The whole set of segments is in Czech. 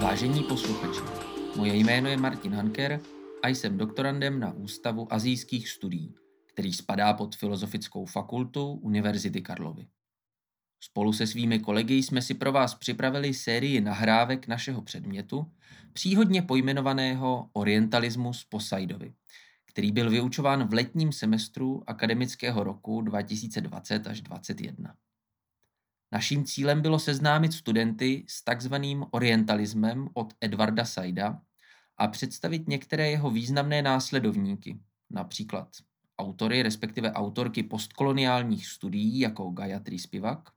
Vážení posluchači, moje jméno je Martin Hanker a jsem doktorandem na Ústavu asijských studií, který spadá pod Filozofickou fakultu Univerzity Karlovy. Spolu se svými kolegy jsme si pro vás připravili sérii nahrávek našeho předmětu, příhodně pojmenovaného Orientalismus po Saidovi, který byl vyučován v letním semestru akademického roku 2020 až 2021. Naším cílem bylo seznámit studenty s takzvaným orientalismem od Edwarda Saida a představit některé jeho významné následovníky, například autory, respektive autorky postkoloniálních studií jako Gayatri Spivak,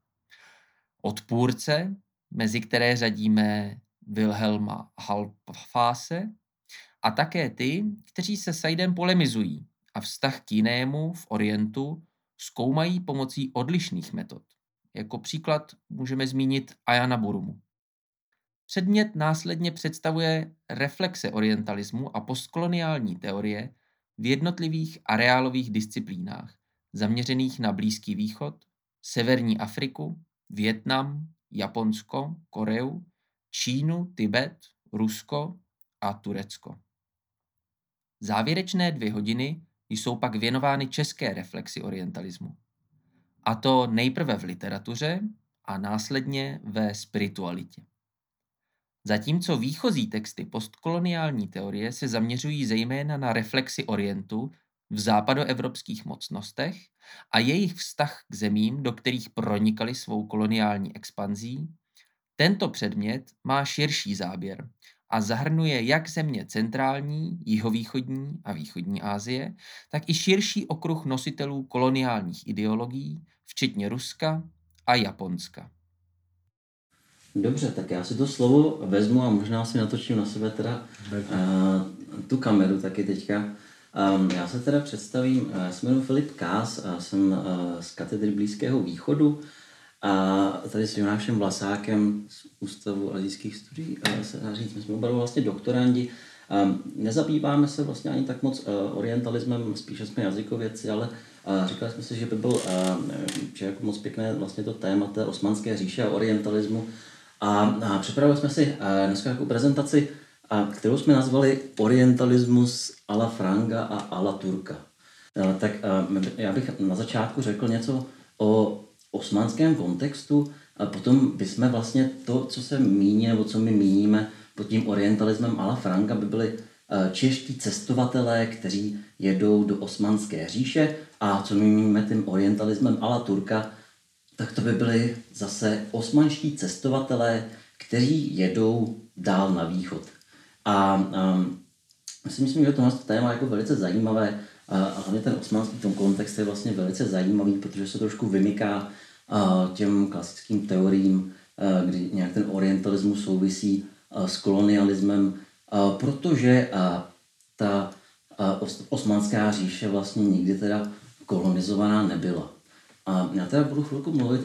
odpůrce, mezi které řadíme Wilhelma Halfase, a také ty, kteří se Saidem polemizují a vztah k jinému v Orientu zkoumají pomocí odlišných metod. Jako příklad můžeme zmínit Ayana Burumu. Předmět následně představuje reflexe orientalismu a postkoloniální teorie v jednotlivých areálových disciplínách, zaměřených na Blízký východ, Severní Afriku, Vietnam, Japonsko, Koreu, Čínu, Tibet, Rusko a Turecko. Závěrečné 2 hodiny jsou pak věnovány české reflexi orientalismu. A to nejprve v literatuře a následně ve spiritualitě. Zatímco výchozí texty postkoloniální teorie se zaměřují zejména na reflexi Orientu v západoevropských mocnostech a jejich vztah k zemím, do kterých pronikali svou koloniální expanzí, tento předmět má širší záběr a zahrnuje jak země centrální, jihovýchodní a východní Asie, tak i širší okruh nositelů koloniálních ideologií, včetně Ruska a Japonska. Dobře, tak já si to slovo vezmu a možná si natočím na sebe teda tu kameru taky teďka. Já se teda představím, já se jmenuji Filip Kás a jsem z katedry Blízkého východu a tady s Jonášem Vlasákem z Ústavu asijských studií, se dá říct, my jsme oba vlastně doktorandi. Nezabýváme se vlastně ani tak moc orientalismem, spíše jsme jazykovědci, ale říkali jsme si, že by bylo že jako moc pěkné vlastně to téma té Osmanské říše a orientalismu. A připravili jsme si dneska jako prezentaci, kterou jsme nazvali Orientalismus a la Franga a a la Turka. Tak já bych na začátku řekl něco o osmanském kontextu a potom bychom vlastně to, co se míní, nebo co my míníme pod tím orientalismem a la Franga, by byli čeští cestovatelé, kteří jedou do Osmanské říše, a co my míníme tím orientalismem a la Turka, tak to by byli zase osmanští cestovatelé, kteří jedou dál na východ. A myslím, že tohle téma je jako velice zajímavé a hlavně ten osmanský kontext je vlastně velice zajímavý, protože se trošku vymyká těm klasickým teoriím, kdy nějak ten orientalismus souvisí s kolonialismem, protože ta osmanská říše vlastně nikdy teda kolonizovaná nebyla. A já teda budu chvilku mluvit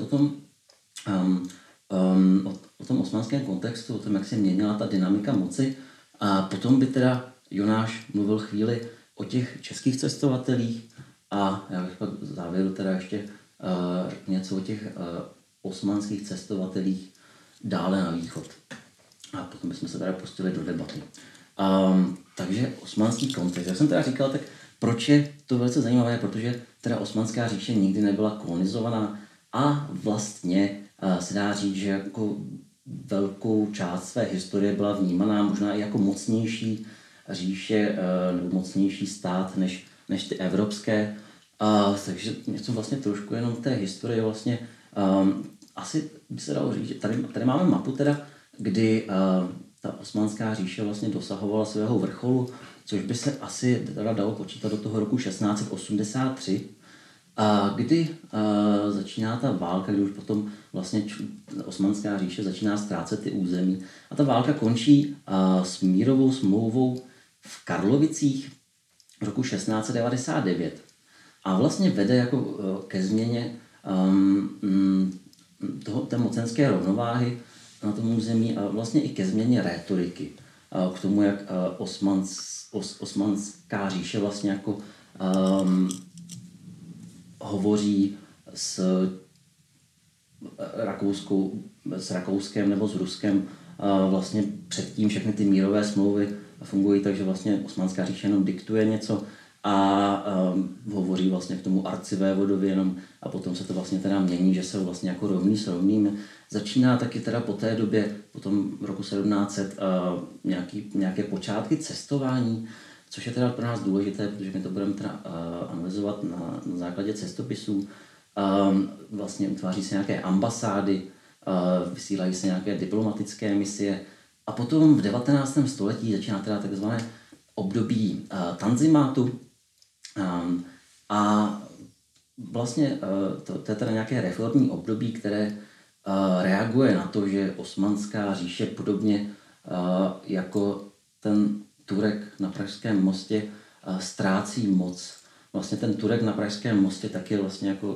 o tom osmanském kontextu, o tom, jak se měnila ta dynamika moci. A potom by teda Jonáš mluvil chvíli o těch českých cestovatelích a já bych pak v závěru teda ještě něco o těch osmanských cestovatelích dále na východ. A potom bychom se teda pustili do debaty. Takže osmanský kontext. Jak jsem teda říkal, tak proč je to velice zajímavé? Protože teda Osmanská říše nikdy nebyla kolonizovaná a vlastně se dá říct, že jako velkou část své historie byla vnímaná možná i jako mocnější říše nebo mocnější stát než ty evropské. Takže něco vlastně trošku jenom té historie vlastně asi by se dalo říct, že tady máme mapu teda, kdy ta Osmanská říše vlastně dosahovala svého vrcholu, což by se asi teda dalo počítat do toho roku 1683, kdy začíná ta válka, kdy už potom vlastně Osmanská říše začíná ztrácet ty území. A ta válka končí s mírovou smlouvou v Karlovicích v roku 1699. A vlastně vede jako ke změně té mocenské rovnováhy na tom území a vlastně i ke změně rétoriky. K tomu, jak Osmanská říše vlastně jako hovoří s Rakouskem nebo s Ruskem vlastně předtím všechny ty mírové smlouvy fungují tak, že vlastně Osmanská říše jenom diktuje něco a hovoří vlastně k tomu arcivévodovi jenom a potom se to vlastně teda mění, že se vlastně jako rovný s rovnými. Začíná taky teda po té době, po tom roku 1700, nějaké počátky cestování, což je teda pro nás důležité, protože my to budeme teda analyzovat na základě cestopisů. Vlastně utváří se nějaké ambasády, vysílají se nějaké diplomatické misie a potom v 19. století začíná teda takzvané období tanzimátu a vlastně to je teda nějaké reformní období, které reaguje na to, že Osmanská říše podobně jako ten Turek na Pražském mostě ztrácí moc. Vlastně ten Turek na Pražském mostě tak je vlastně jako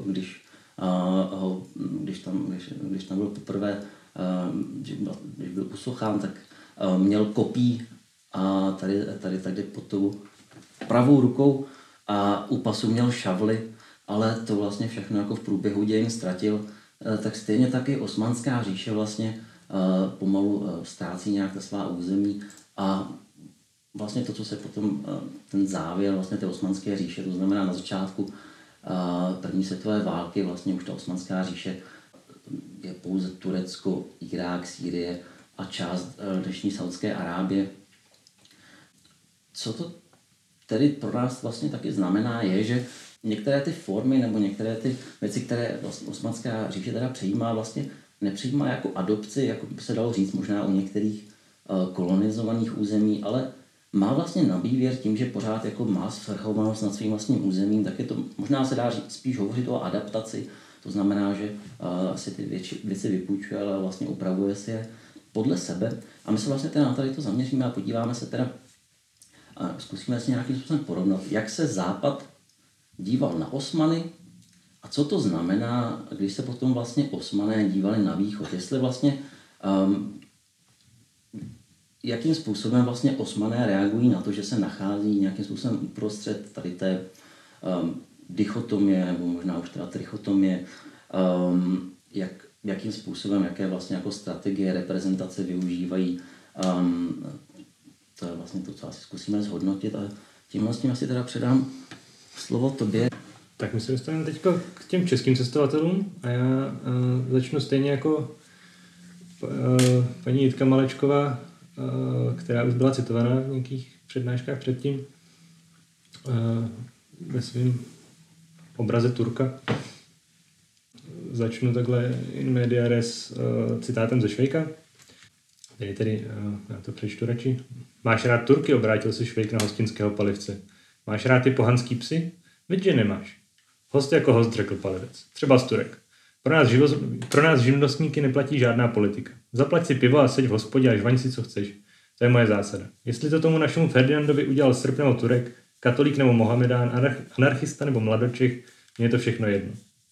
když tam byl poprvé, když byl usochán, tak měl kopí a tady pod tou pravou rukou a u pasu měl šavly, ale to vlastně všechno jako v průběhu dějin ztratil. Tak stejně taky Osmanská říše vlastně pomalu ztrácí nějak ta svá území a vlastně to, co se potom, ten závěr vlastně té Osmanské říše, to znamená na začátku první světové války, vlastně už ta Osmanská říše je pouze Turecko, Irák, Sýrie a část dnešní Saudské Arábie. Co to tedy pro nás vlastně taky znamená, je, že některé ty formy nebo některé ty věci, které Osmanská říše teda přijímá, vlastně nepřijímá jako adopci, jako by se dalo říct možná u některých kolonizovaných území, ale má vlastně na vývěr tím, že pořád jako má svrchovanost nad svým vlastním územím, tak je to, možná se dá říct, spíš hovořit o adaptaci, to znamená, že si ty věci vypůjčuje, ale vlastně upravuje si je podle sebe. A my se vlastně teda na tady to zaměříme a podíváme se teda, zkusíme si nějakým způsobem porovnat, jak se Západ díval na Osmany a co to znamená, když se potom vlastně Osmané dívali na východ. Jestli vlastně jakým způsobem vlastně Osmané reagují na to, že se nachází nějakým způsobem uprostřed tady té dichotomie, nebo možná už teda trichotomie, jakým způsobem, jaké vlastně jako strategie reprezentace využívají. To je vlastně to, co asi zkusíme zhodnotit a tímhle s tím asi teda předám slovo tobě. Tak my se dostaneme teď k těm českým cestovatelům a já začnu stejně jako paní Jitka Malečková, která už byla citovaná v nějakých přednáškách předtím ve svém obraze Turka. Začnu takhle in media res citátem ze Švejka. Tedy já to přečtu radši. Máš rád Turky, obrátil se Švejk na hostinského palivce. Máš rád ty pohanský psy? Vidíš, že nemáš. Host jako host, řekl palivec. Třeba z Turek. Pro nás živnostníky neplatí žádná politika. Zaplať si pivo a seď v hospodě a žvaň si, co chceš. To je moje zásada. Jestli to tomu našemu Ferdinandovi udělal Srb nebo Turek, katolík nebo Mohamedán, anarchista nebo mladočech, mně je to všechno jedno.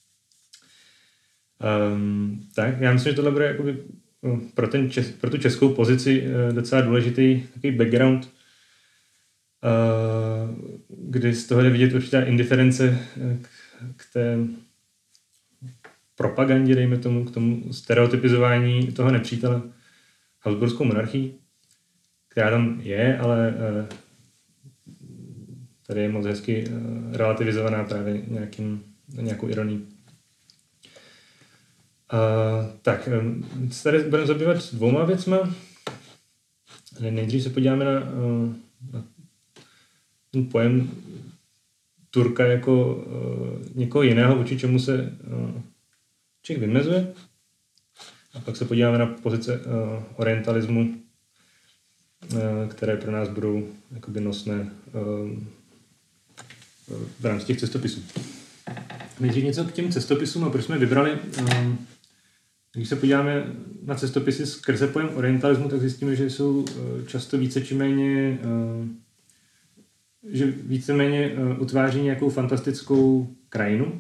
Tak, já myslím, že tohle bude jakoby pro tu českou pozici docela důležitý takový background, kdy z toho jde vidět určitá indiference k té propagandě, dejme tomu, k tomu stereotypizování toho nepřítele Habsburskou monarchii, která tam je, ale tady je moc hezky relativizovaná právě nějakou ironií. Tak, tady budeme zabývat dvouma věcma. Nejdřív se podíváme na ten pojem Turka jako někoho jiného, vůči čemu se Čech vymezuje. A pak se podíváme na pozice orientalismu, které pro nás budou jakoby nosné v rámci těch cestopisů. Nejdřív něco k těm cestopisům a proč jsme vybrali. Když se podíváme na cestopisy skrze pojem orientalismu, tak zjistíme, že jsou často víceméně utváří nějakou fantastickou krajinu,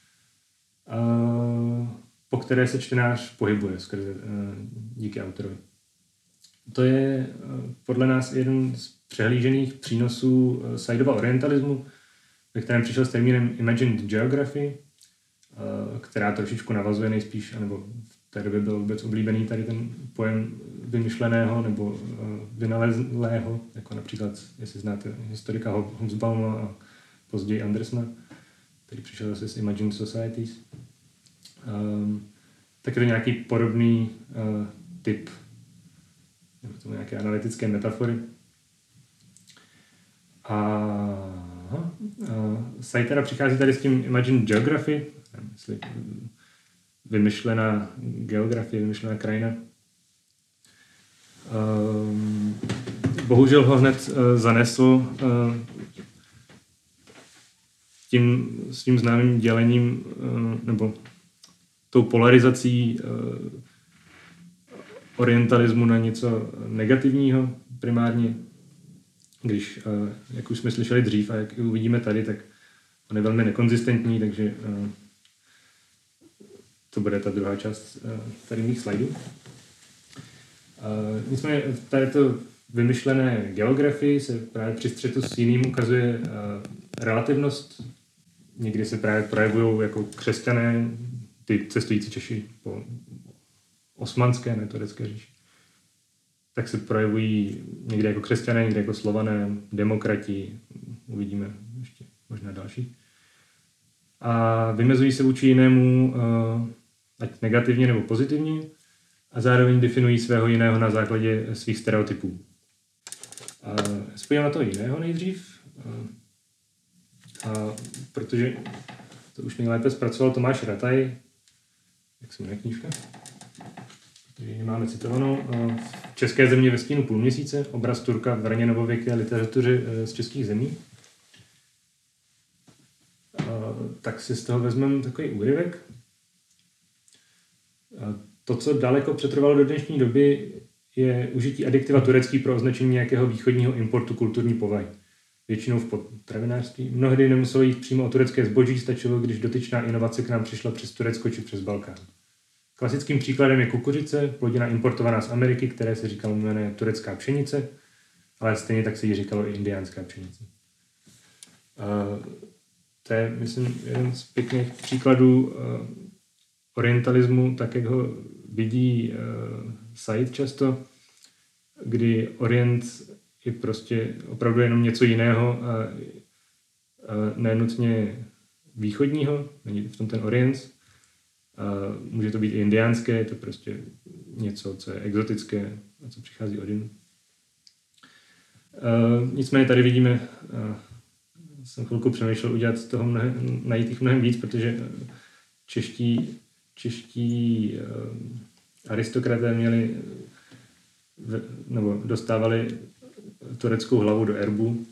po které se čtenář pohybuje skrze díky autorovi. To je podle nás jeden z přehlížených přínosů Saidova orientalismu, ve kterém přišel s termínem Imagined Geography, která trošičku navazuje nejspíš, nebo té době byl vůbec oblíbený tady ten pojem vymyšleného nebo vynalezlého, jako například, jestli znáte historika Hobsbauma a později Andersona, který přišel zase z Imagined Societies. Tak je to nějaký podobný typ, nebo to nějaké analytické metafory. Said teda přichází tady s tím Imagined Geography, jestli vymyšlená geografie, vymyšlená krajina. Bohužel ho hned zanesl s tím známým dělením nebo tou polarizací orientalismu na něco negativního primárně, když, jak už jsme slyšeli dřív a jak uvidíme tady, tak on je velmi nekonzistentní, takže to bude ta druhá část tady mých slajdů. Nicméně tady to vymyšlené geografii se právě při střetu s jiným ukazuje relativnost. Někdy se právě projevují jako křesťané, ty cestující Češi po osmanské, ne turecké říši. Tak se projevují někdy jako křesťané, někdy jako Slované, demokrati, uvidíme ještě možná další. A vymezují se vůči jinému, ať negativně nebo pozitivně, a zároveň definují svého jiného na základě svých stereotypů. Spojím na to jiného nejdřív, protože to už nejlépe zpracoval Tomáš Rataj, jak se jmenuje knížka, takže ji máme citovanou. V České země ve stínu půlměsíce, obraz Turka v raně novověké literatuře z českých zemí. Tak si z toho vezmeme takový úryvek. To, co daleko přetrvalo do dnešní doby, je užití adjektiva turecký pro označení nějakého východního importu kulturní povahy. Většinou v potravinářství. Mnohdy nemuselo jít přímo o turecké zboží, stačilo, když dotyčná inovace k nám přišla přes Turecko či přes Balkán. Klasickým příkladem je kukuřice, plodina importovaná z Ameriky, které se říkalo jméno turecká pšenice, ale stejně tak se jí říkalo i indiánská pšenice. To je, myslím, jeden z pěkných příkladů orientalismu, tak jak ho vidí Said často, kdy orient je prostě opravdu jenom něco jiného a nenutně východního, není v tom ten orient. Může to být i indiánské, je to prostě něco, co je exotické a co přichází odin. Nicméně tady vidíme, jsem chvilku přemýšlel udělat z toho najít jich mnohem víc, protože čeští aristokraté měli nebo dostávali tureckou hlavu do erbu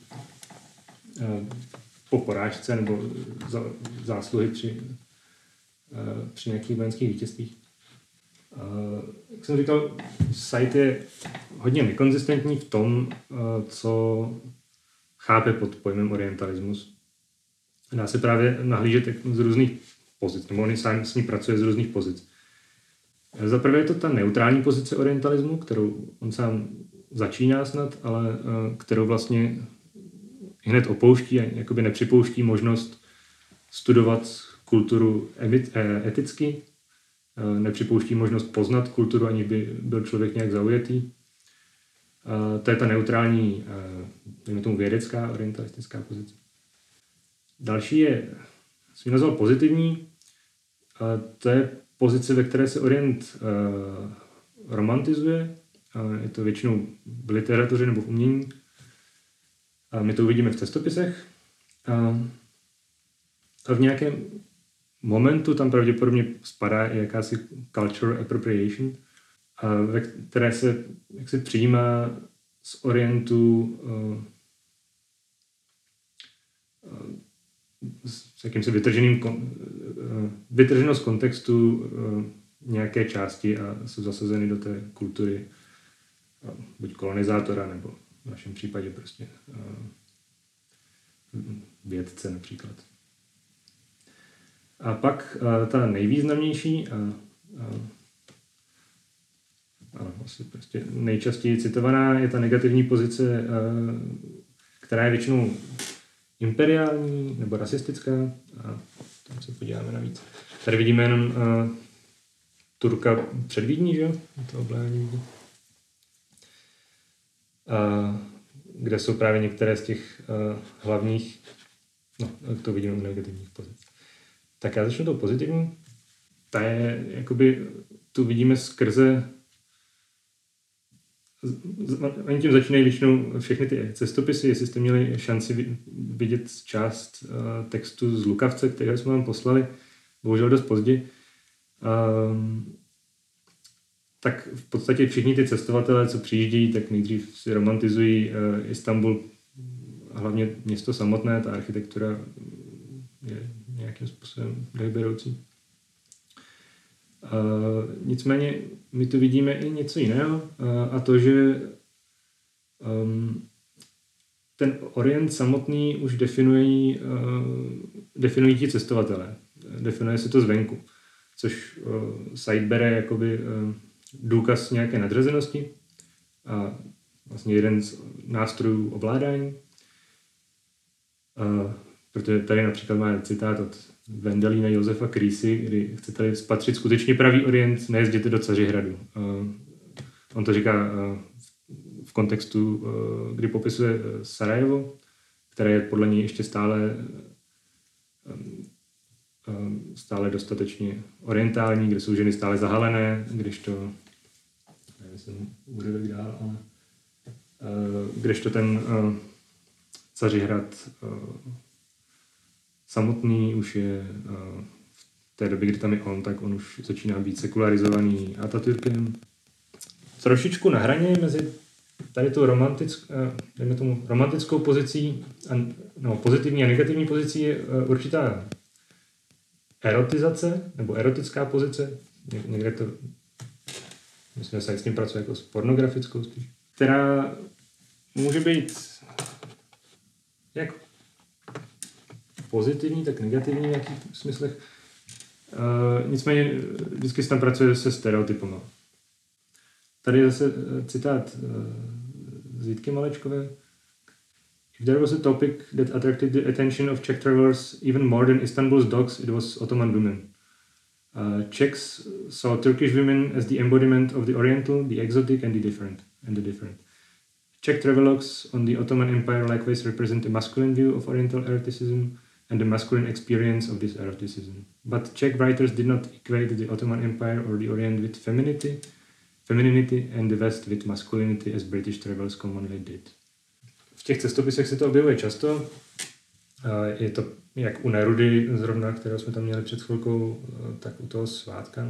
po porážce nebo zásluhy při nějakých vojenských vítězstvích. Jak jsem říkal, Said je hodně nekonzistentní v tom, co chápe pod pojmem orientalismus. Dá se právě nahlížet z různých pozic, nebo on sám s ní pracuje z různých pozic. Za prvé je to ta neutrální pozice orientalismu, kterou on sám začíná snad, ale kterou vlastně hned opouští a jakoby nepřipouští možnost studovat kulturu eticky, nepřipouští možnost poznat kulturu, ani by byl člověk nějak zaujetý. To je ta neutrální, dejme tomu vědecká, orientalistická pozice. Další je, jsem ji nazval pozitivní, to je pozice, ve které se orient romantizuje. Je to většinou v literatuře nebo v umění. My to uvidíme v cestopisech. A v nějakém momentu tam pravděpodobně spadá i jakási cultural appropriation, ve které se jaksi přijímá z orientu s jakýmsi vytrženo z kontextu nějaké části a jsou zasazeny do té kultury buď kolonizátora, nebo v našem případě prostě vědce například. A pak ta nejvýznamnější asi prostě nejčastěji citovaná je ta negativní pozice, která je většinou imperiální nebo rasistická. A tam se podíváme navíc. Tady vidíme jenom Turka před Vídní, že jo? To oblání Vídní. Kde jsou právě některé z těch hlavních, no, to vidíme u negativních pozic. Tak já začnu tou pozitivní. Ta je, jakoby, tu vidíme skrze, oni tím začínají většinou všechny ty cestopisy, jestli jste měli šanci vidět část textu z Lukavce, kterého jsme vám poslali, bohužel dost pozdě, tak v podstatě všichni ty cestovatelé, co přijíždějí, tak nejdřív si romantizují Istanbul, hlavně město samotné, ta architektura je nějakým způsobem dechberoucí. Nicméně my tu vidíme i něco jiného, a to, že ten Orient samotný už definují ti cestovatelé. Definuje se to zvenku, což Said bere jakoby důkaz nějaké nadřazenosti a vlastně jeden z nástrojů ovládání. Protože tady například má citát od Wendelína Josefa Krýsy, kdy chcete spatřit skutečně pravý Orient, nejezděte do Cařihradu. On to říká v kontextu, kdy popisuje Sarajevo, které je podle něj ještě stále dostatečně orientální, kde jsou ženy stále zahalené, kdežto ten Cařihrad samotný už je v té době, kdy tam je on, tak on už začíná být sekularizovaný Atatürkem. Trošičku na hraně mezi tady tou romantickou pozicí, pozitivní a negativní pozicí je určitá erotizace, nebo erotická pozice. Někde to, myslím, že se s tím pracuje jako s pornografickou spíš, která může být jak pozitivní, tak negativní v nějakých smyslech. Nicméně vždycky se tam pracuje se stereotypama. Tady je zase citát z Jitky Malečkové. If there was a topic that attracted the attention of Czech travelers even more than Istanbul's dogs, it was Ottoman women. Czechs saw Turkish women as the embodiment of the Oriental, the exotic and the different. Czech travelogues on the Ottoman Empire likewise represent a masculine view of Oriental eroticism and the masculine experience of this eroticism. But Czech writers did not equate the Ottoman Empire or the Orient with femininity and the West with masculinity as British travelers commonly did. V těch cestopisech se to objevuje často. Je to jak u Nerudy, zrovna, kterého jsme tam měli před chvilkou, tak u toho Svátka.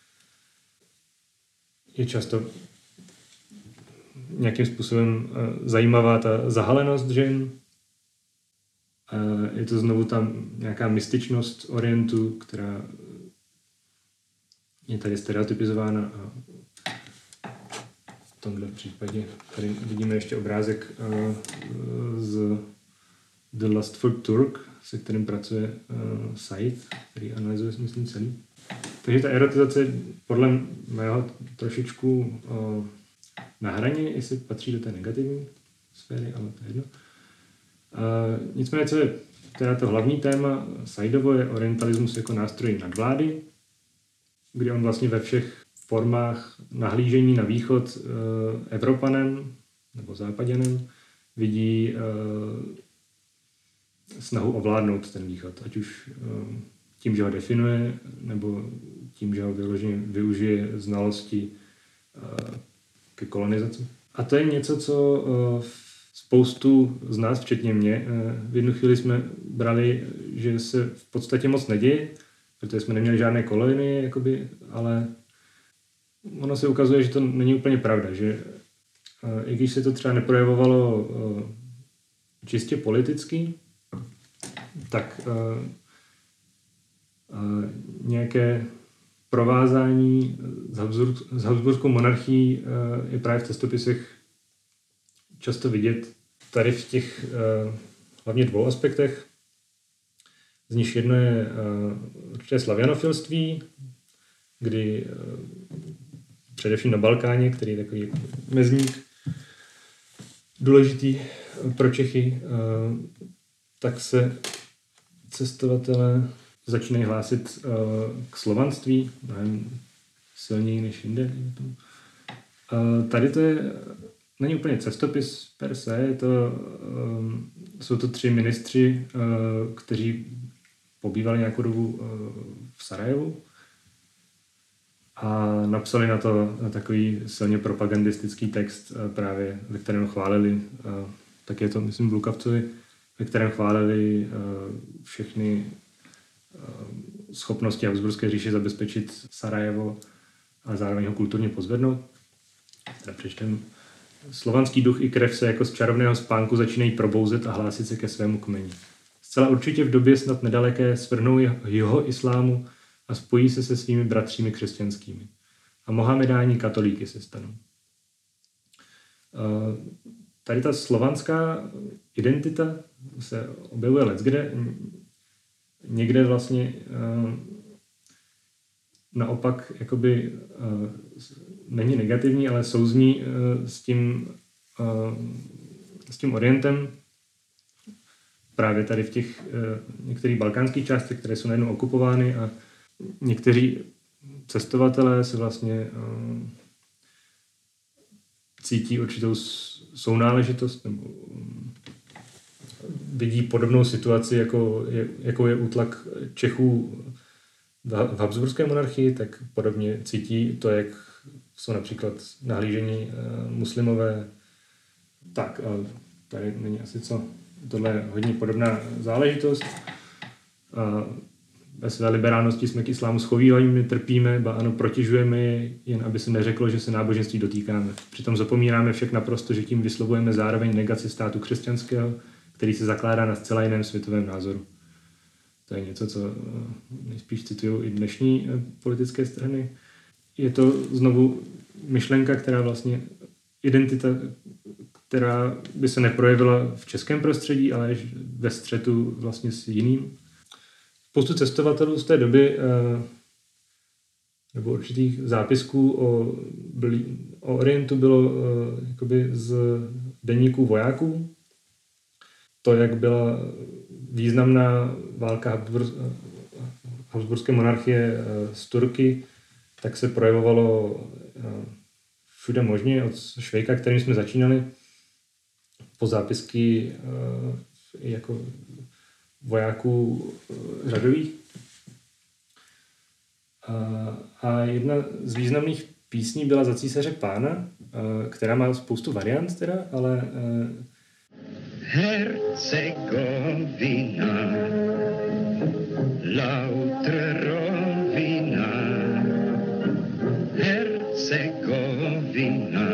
Je často nějakým způsobem zajímavá ta zahalenost žen. Je to znovu tam nějaká mystičnost Orientu, která je tady stereotypizována. A v tomhle případě tady vidíme ještě obrázek z The Lustful Turk, se kterým pracuje Said, který analyzuje, myslím, celý. Takže ta erotizace je podle mého trošičku na hraně, jestli patří do té negativní sféry, ale to je jedno. Nicméně, co je teda to hlavní téma Saidovo, je orientalismus jako nástroj nadvlády, kdy on vlastně ve všech formách nahlížení na východ Evropanem nebo Západěnem vidí snahu ovládnout ten východ, ať už tím, že ho definuje, nebo tím, že ho vyloženě využije znalosti ke kolonizaci. A to je něco, co spoustu z nás, včetně mě, v jednu chvíli jsme brali, že se v podstatě moc neděje, protože jsme neměli žádné kolonie, jakoby, ale ono se ukazuje, že to není úplně pravda, že i když se to třeba neprojevovalo čistě politicky, tak nějaké provázání s Habsburskou monarchií je právě v cestopisech často vidět tady v těch hlavně dvou aspektech. Z nich jedno je určité slavianofilství, kdy především na Balkáně, který je takový mezník důležitý pro Čechy, tak se cestovatelé začínají hlásit k slovanství, silněji než jinde. Tady to není úplně cestopis per se, jsou to 3 ministři, kteří pobývali nějakou dobu v Sarajevu a napsali na to takový silně propagandistický text právě, ve kterém chválili, tak je to, myslím, v Lukavcovi, ve kterém chválili všechny schopnosti Habsburské říše zabezpečit Sarajevo a zároveň ho kulturně pozvednout. Teda přečtem. Slovanský duch i krev se jako z čarovného spánku začínají probouzet a hlásit se ke svému kmeni. Zcela určitě v době snad nedaleké svrhnou jeho islámu a spojí se se svými bratřími křesťanskými. A mohamedáni katolíky se stanou. Tady ta slovanská identita se objevuje leckde. Někde vlastně naopak jakoby není negativní, ale souzní s tím orientem. Právě tady v těch některých balkánských částech, které jsou najednou okupovány a někteří cestovatelé se vlastně cítí určitou sounáležitost nebo vidí podobnou situaci, jako je útlak Čechů v Habsburské monarchii, tak podobně cítí to, jak jsou například nahlížení muslimové. Tak, tady není asi co. Tohle je hodně podobná záležitost. Ve své liberálnosti jsme k islámu schovívání, trpíme, ba ano, protěžujeme je, jen aby se neřeklo, že se náboženství dotýkáme. Přitom zapomínáme však naprosto, že tím vyslovujeme zároveň negaci státu křesťanského, který se zakládá na zcela jiném světovém názoru. To je něco, co nejspíš citují i dnešní politické strany. Je to znovu myšlenka, která vlastně identita, která by se neprojevila v českém prostředí, ale ve střetu vlastně s jiným. Spoustu cestovatelů z té doby nebo určitých zápisků o Orientu bylo jakoby z deníků vojáků. To, jak byla významná válka Habsburské monarchie s Turky, tak se projevovalo všude možně, od Švejka, kterým jsme začínali, po zápisky jako vojáků řadových. A jedna z významných písní byla Za císaře pána, která má spoustu variant teda, ale Hercegovina, Lautrovina, Hercegovina,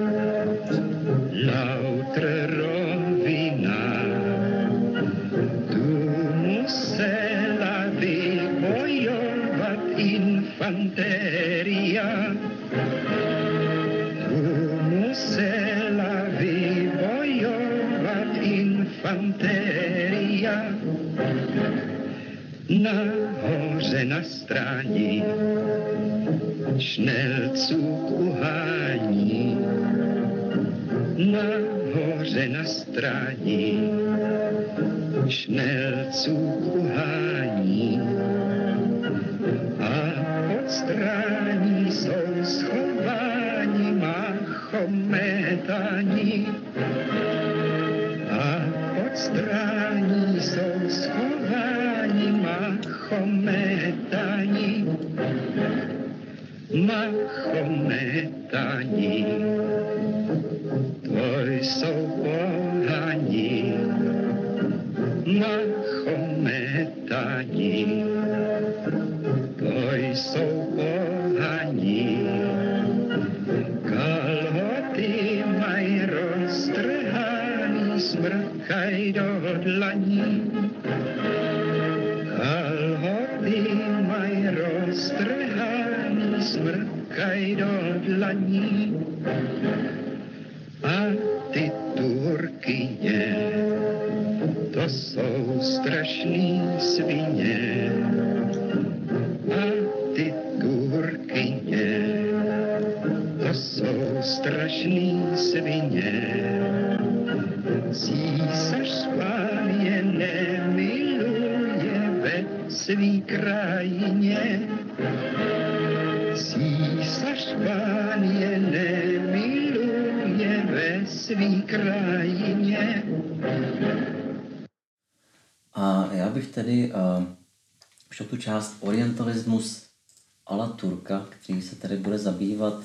Lautrovina, tu musela vybojovat infanteria, tu musela vybojovat infanteria. Nahoře na stráni šnelců uhání, nahoře na stráni šnelců uhání a pod strání jsou schováni Mahometani a pod strání jsou schováni Mahometani. Mahometani, tvoj jsou pohani. Mahometani, tvoj jsou pohani. Kalhoty maj roztrhaný, smrkaj do dlaní. Kalhoty maj roztrhaný, smrkaj do dlaní. A ty Turkyně, to jsou strašný svině. A ty Turkyně, to jsou strašný svině. Císař pán je nemiluje ve svý krajině. Císař pán je nemiluje ve svý krajině. A já bych tedy šel tu část orientalismus a la Turka, který se tady bude zabývat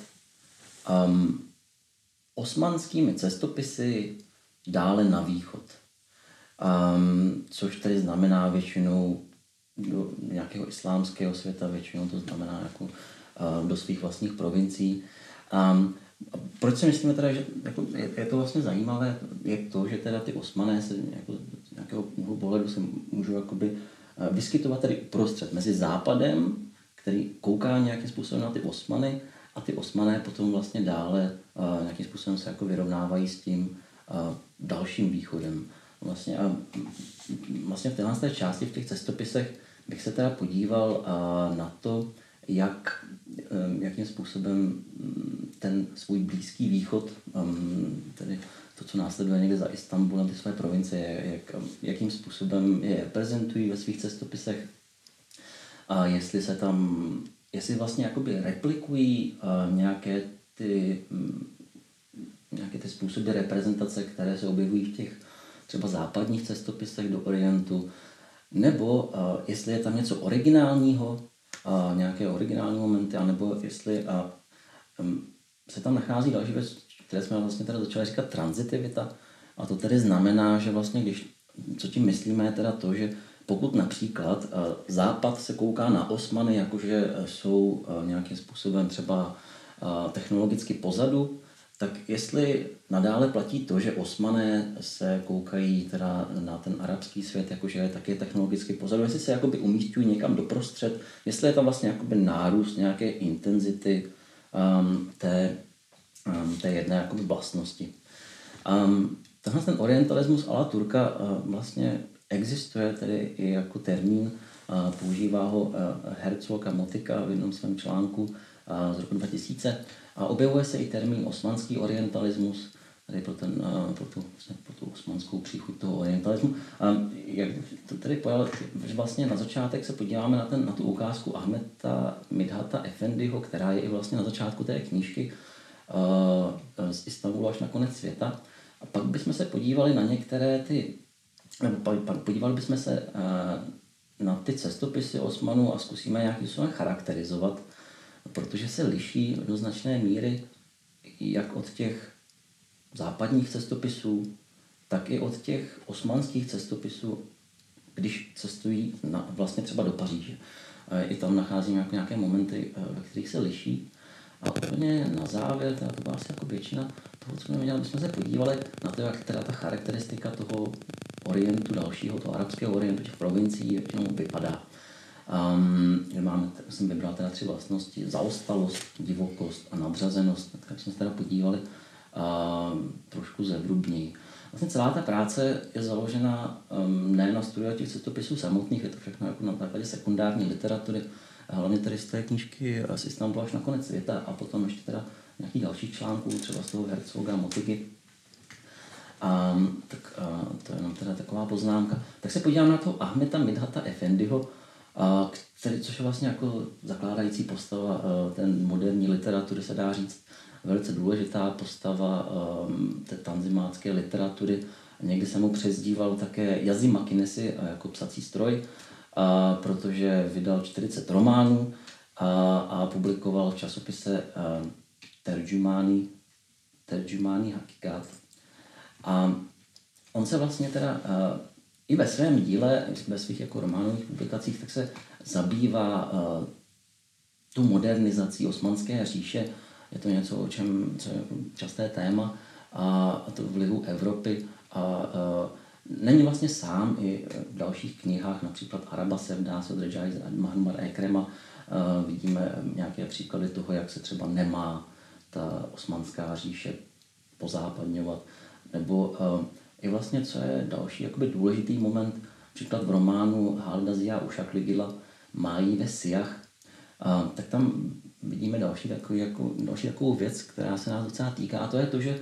osmanskými cestopisy dále na východ. Což tedy znamená většinou do nějakého islámského světa, většinou to znamená jako do svých vlastních provincií. Proč si myslíme teda, že jako je to vlastně zajímavé, je to, že teda ty Osmané se jako, z nějakého úhlu pohledu se můžou jakoby vyskytovat tady uprostřed mezi Západem, který kouká nějakým způsobem na ty Osmany, a ty Osmané potom vlastně dále nějakým způsobem se jako vyrovnávají s tím dalším východem. Vlastně v téhle části, v těch cestopisech, bych se teda podíval na to, jakým způsobem ten svůj Blízký východ, tedy to, co následuje někde za Istanbulem, ty své provincie, jakým způsobem je reprezentují ve svých cestopisech, a jestli vlastně jakoby replikují nějaké ty způsoby reprezentace, které se objevují v těch třeba západních cestopisech do Orientu, nebo jestli je tam něco originálního, nějaké originální momenty, anebo jestli se tam nachází další věc, které jsme vlastně teda začali říkat transitivita. A to tedy znamená, že vlastně, co tím myslíme, je teda to, že pokud například Západ se kouká na Osmany, jakože jsou nějakým způsobem třeba technologicky pozadu, tak jestli nadále platí to, že Osmané se koukají teda na ten arabský svět, jakože je taky technologicky pozadu, jestli se jakoby umísťují někam doprostřed, jestli je tam vlastně jakoby nárůst nějaké intenzity té jedné jakoby vlastnosti. Tenhle ten orientalismus a la Turka vlastně existuje tedy i jako termín, používá ho Herzog a Motika v jednom svém článku z roku 2000 a objevuje se i termín osmanský orientalismus, tady pro tu osmanskou příchuť toho orientalismu. Jak to tady pojal, že vlastně na začátek se podíváme na tu ukázku Ahmeta Midhata Efendiho, která je i vlastně na začátku té knížky z Istanbulu až na konec světa. A pak bychom se podívali na některé podívali bychom se na ty cestopisy Osmanů a zkusíme nějakým způsobem charakterizovat, protože se liší do značné míry jak od těch západních cestopisů, tak i od těch osmanských cestopisů, když cestují vlastně třeba do Paříže. I tam nacházíme nějaké momenty, ve kterých se liší. A úplně na závěr, to byla asi jako většina toho, co jsme dělali, bychom se podívali na to, jak teda ta charakteristika toho orientu dalšího, toho arabského orientu, těch provincií většinou vypadá. Jsem vybral teda 3 vlastnosti: zaostalost, divokost a nadřazenost. Tak jsme se teda podívali trošku zevrubněji. Vlastně celá ta práce je založena ne na studiu těch cestopisů samotných, je to všechno jako na základě sekundární literatury, hlavně tady z té knížky z Istanbulu až na konec světa a potom ještě teda nějakých dalších článků, třeba z toho Herzoga, Motiky. To je jenom teda taková poznámka. Tak se podívám na toho Ahmeta Midhata Efendiho, což je vlastně jako zakládající postava té moderní literatury, se dá říct, velice důležitá postava té tanzimácké literatury. Někdy se mu přezdíval také Yazı Makinesi jako psací stroj, protože vydal 40 románů a publikoval v časopise Tercümani Hakikat. A on se vlastně teda i ve svém díle, ve svých jako románových publikacích, tak se zabývá tu modernizací Osmanské říše. Je to něco, co je časté téma, a to vlivu Evropy. Není vlastně sám, i v dalších knihách, například Araba Sevdás od Redžáji Mahmud Ekrema, vidíme nějaké příklady toho, jak se třeba nemá ta Osmanská říše pozápadňovat. Nebo i vlastně, co je další jakoby důležitý moment, příklad v románu Halida Zia Uşaklıgil'a Mají ve Siyah, tak tam vidíme další takovou věc, která se nás docela týká, a to je to, že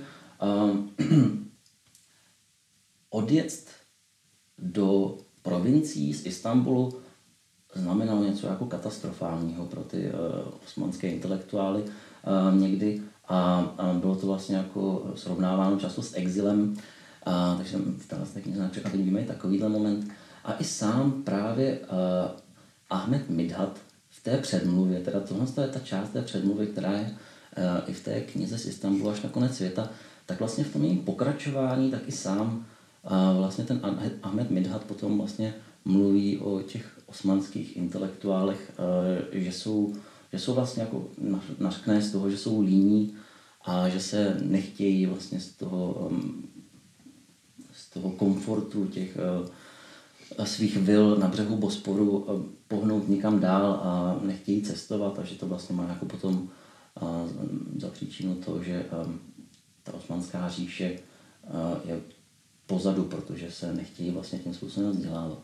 odjezd do provincií z Istanbulu znamenalo něco jako katastrofálního pro ty osmanské intelektuály někdy a bylo to vlastně jako srovnáváno často s exilem, takže v té knize například vidíme i takovýhle moment. A i sám právě Ahmed Midhat v té předmluvě, teda tohle je ta část té předmluvy, která je i v té knize z Istanbulu až na konec světa, tak vlastně v tom jejím pokračování taky sám vlastně ten Ahmed Midhat potom vlastně mluví o těch osmanských intelektuálech, že jsou vlastně jako nařkné z toho, že jsou líní a že se nechtějí vlastně z toho komfortu těch svých vil na břehu Bosporu pohnout nikam dál a nechtějí cestovat a že to vlastně má jako potom za příčinu to, že ta osmanská říše je pozadu, protože se nechtějí vlastně tím způsobem vzdělávat.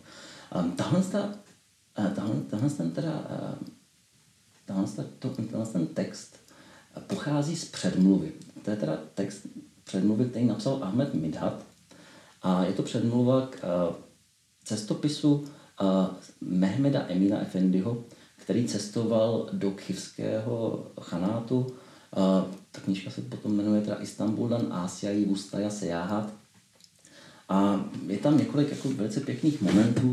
Ten text pochází z předmluvy. To je teda text předmluvy, který napsal Ahmed Midhat a je to předmluva k cestopisu Mehmeda Emina Efendiho, který cestoval do Khivského chanátu. Ta knížka se potom jmenuje teda Istanbul'dan Asyayi Vustaya Seyahat. A je tam několik jako velice pěkných momentů.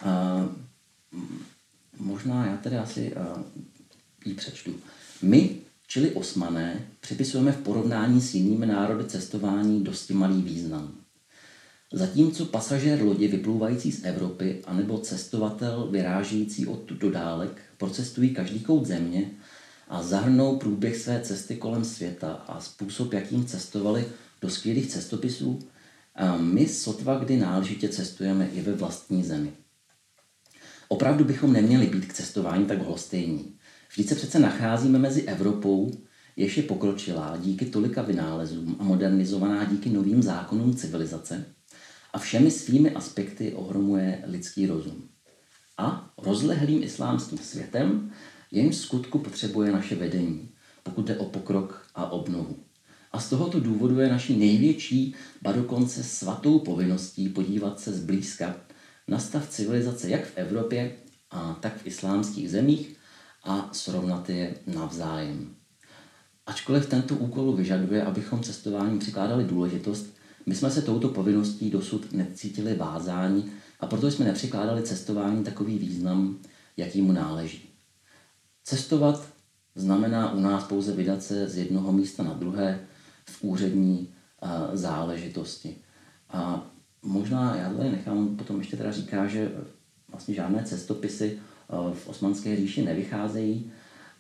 Možná já tedy asi ji přečtu. My, čili Osmané, připisujeme v porovnání s jinými národy cestování dosti malý význam. Zatímco pasažér lodi vyplouvající z Evropy anebo cestovatel vyrážející odtud do dálek procestují každý kout země a zahrnou průběh své cesty kolem světa a způsob, jakým cestovali do skvělých cestopisů, a my sotva kdy náležitě cestujeme i ve vlastní zemi. Opravdu bychom neměli být k cestování tak lhostejní. Vždyť se přece nacházíme mezi Evropou, jež je pokročilá díky tolika vynálezům a modernizovaná díky novým zákonům civilizace a všemi svými aspekty ohromuje lidský rozum. A rozlehlým islámským světem, jenž skutku potřebuje naše vedení, pokud jde o pokrok a obnovu. A z tohoto důvodu je naší největší, ba dokonce svatou povinností podívat se zblízka na stav civilizace jak v Evropě, tak v islámských zemích a srovnat je navzájem. Ačkoliv tento úkol vyžaduje, abychom cestování přikládali důležitost, my jsme se touto povinností dosud necítili vázání a proto jsme nepřikládali cestování takový význam, jaký mu náleží. Cestovat znamená u nás pouze vydat se z jednoho místa na druhé v úřední záležitosti. A možná já tady nechám, potom ještě teda říká, že vlastně žádné cestopisy v Osmanské říši nevycházejí.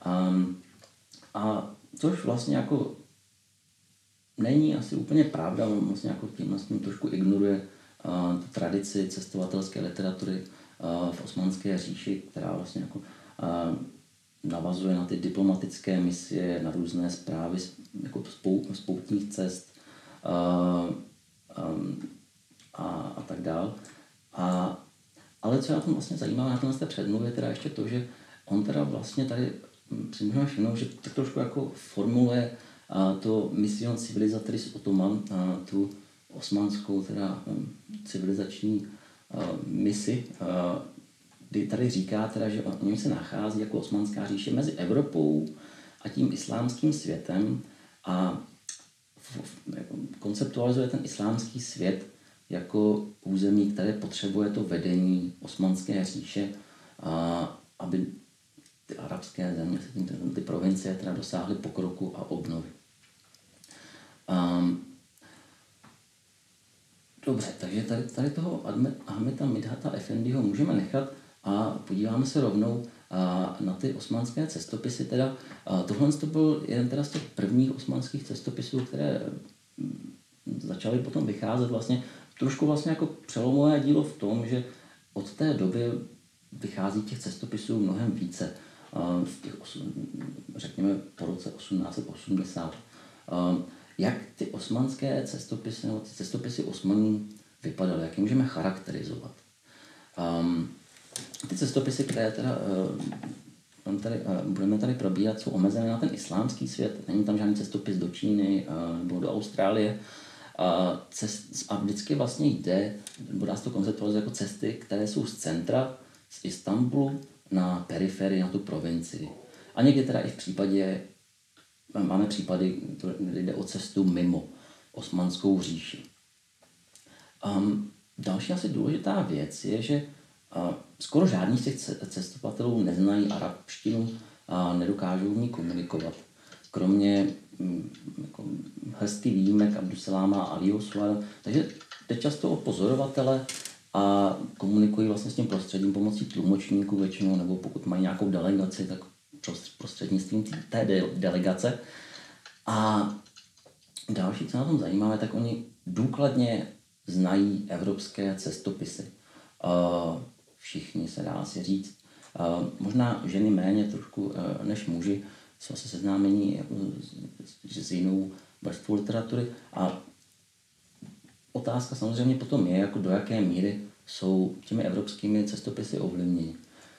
A což vlastně jako není asi úplně pravda, on vlastně jako tím trošku ignoruje tu tradici cestovatelské literatury v Osmanské říši, která vlastně jako navazuje na ty diplomatické misie, na různé zprávy jako spoutních cest a tak dál. Ale co já tam vlastně zajímavé na té předmluvě, teda ještě to, že on teda vlastně tady si možná všimnout, že tak trošku jako formuluje to Mission Civilizatoris Ottoman, tu osmanskou teda civilizační misi, kdy tady říká teda, že oni se nachází jako osmanská říše mezi Evropou a tím islámským světem a konceptualizuje ten islámský svět jako území, které potřebuje to vedení osmanské říše, aby ty arabské země, ty provincie teda dosáhly pokroku a obnovy. Dobře, takže tady toho Ahmeda Midhata Efendiho můžeme nechat a podíváme se rovnou na ty osmanské cestopisy. Teda, tohle to byl jeden teda z těch prvních osmanských cestopisů, které začaly potom vycházet vlastně trošku vlastně jako přelomové dílo v tom, že od té doby vychází těch cestopisů mnohem více. Řekněme po roce 1880. Jak ty osmanské cestopisy nebo ty cestopisy Osmanů vypadaly, jak je můžeme charakterizovat? Ty cestopisy, které teda, budeme tady probírat, jsou omezené na ten islámský svět. Není tam žádný cestopis do Číny nebo do Austrálie. A vždycky vlastně jde, nebo dá se to konceptualizovat jako cesty, které jsou z centra, z Istanbulu, na periferii, na tu provincii. A někdy teda i v případě, máme případy, kde jde o cestu mimo Osmanskou říši. Další asi důležitá věc je, že skoro žádný z těch cestovatelů neznají arabštinu a nedokážou v ní komunikovat. Kromě jako hrsty výjimek Abdusaláma a Alího Suara. Takže jde často o pozorovatele a komunikují vlastně s tím prostředím pomocí tlumočníků většinou, nebo pokud mají nějakou delegaci, tak prostřednictvím té delegace. A další, co na tom zajímavé, tak oni důkladně znají evropské cestopisy. Všichni, se dá si říct. Možná ženy méně trošku než muži jsou se seznámení jako s jinou vrstvou literatury. A otázka samozřejmě potom je, jako do jaké míry jsou těmi evropskými cestopisy ovlivněni.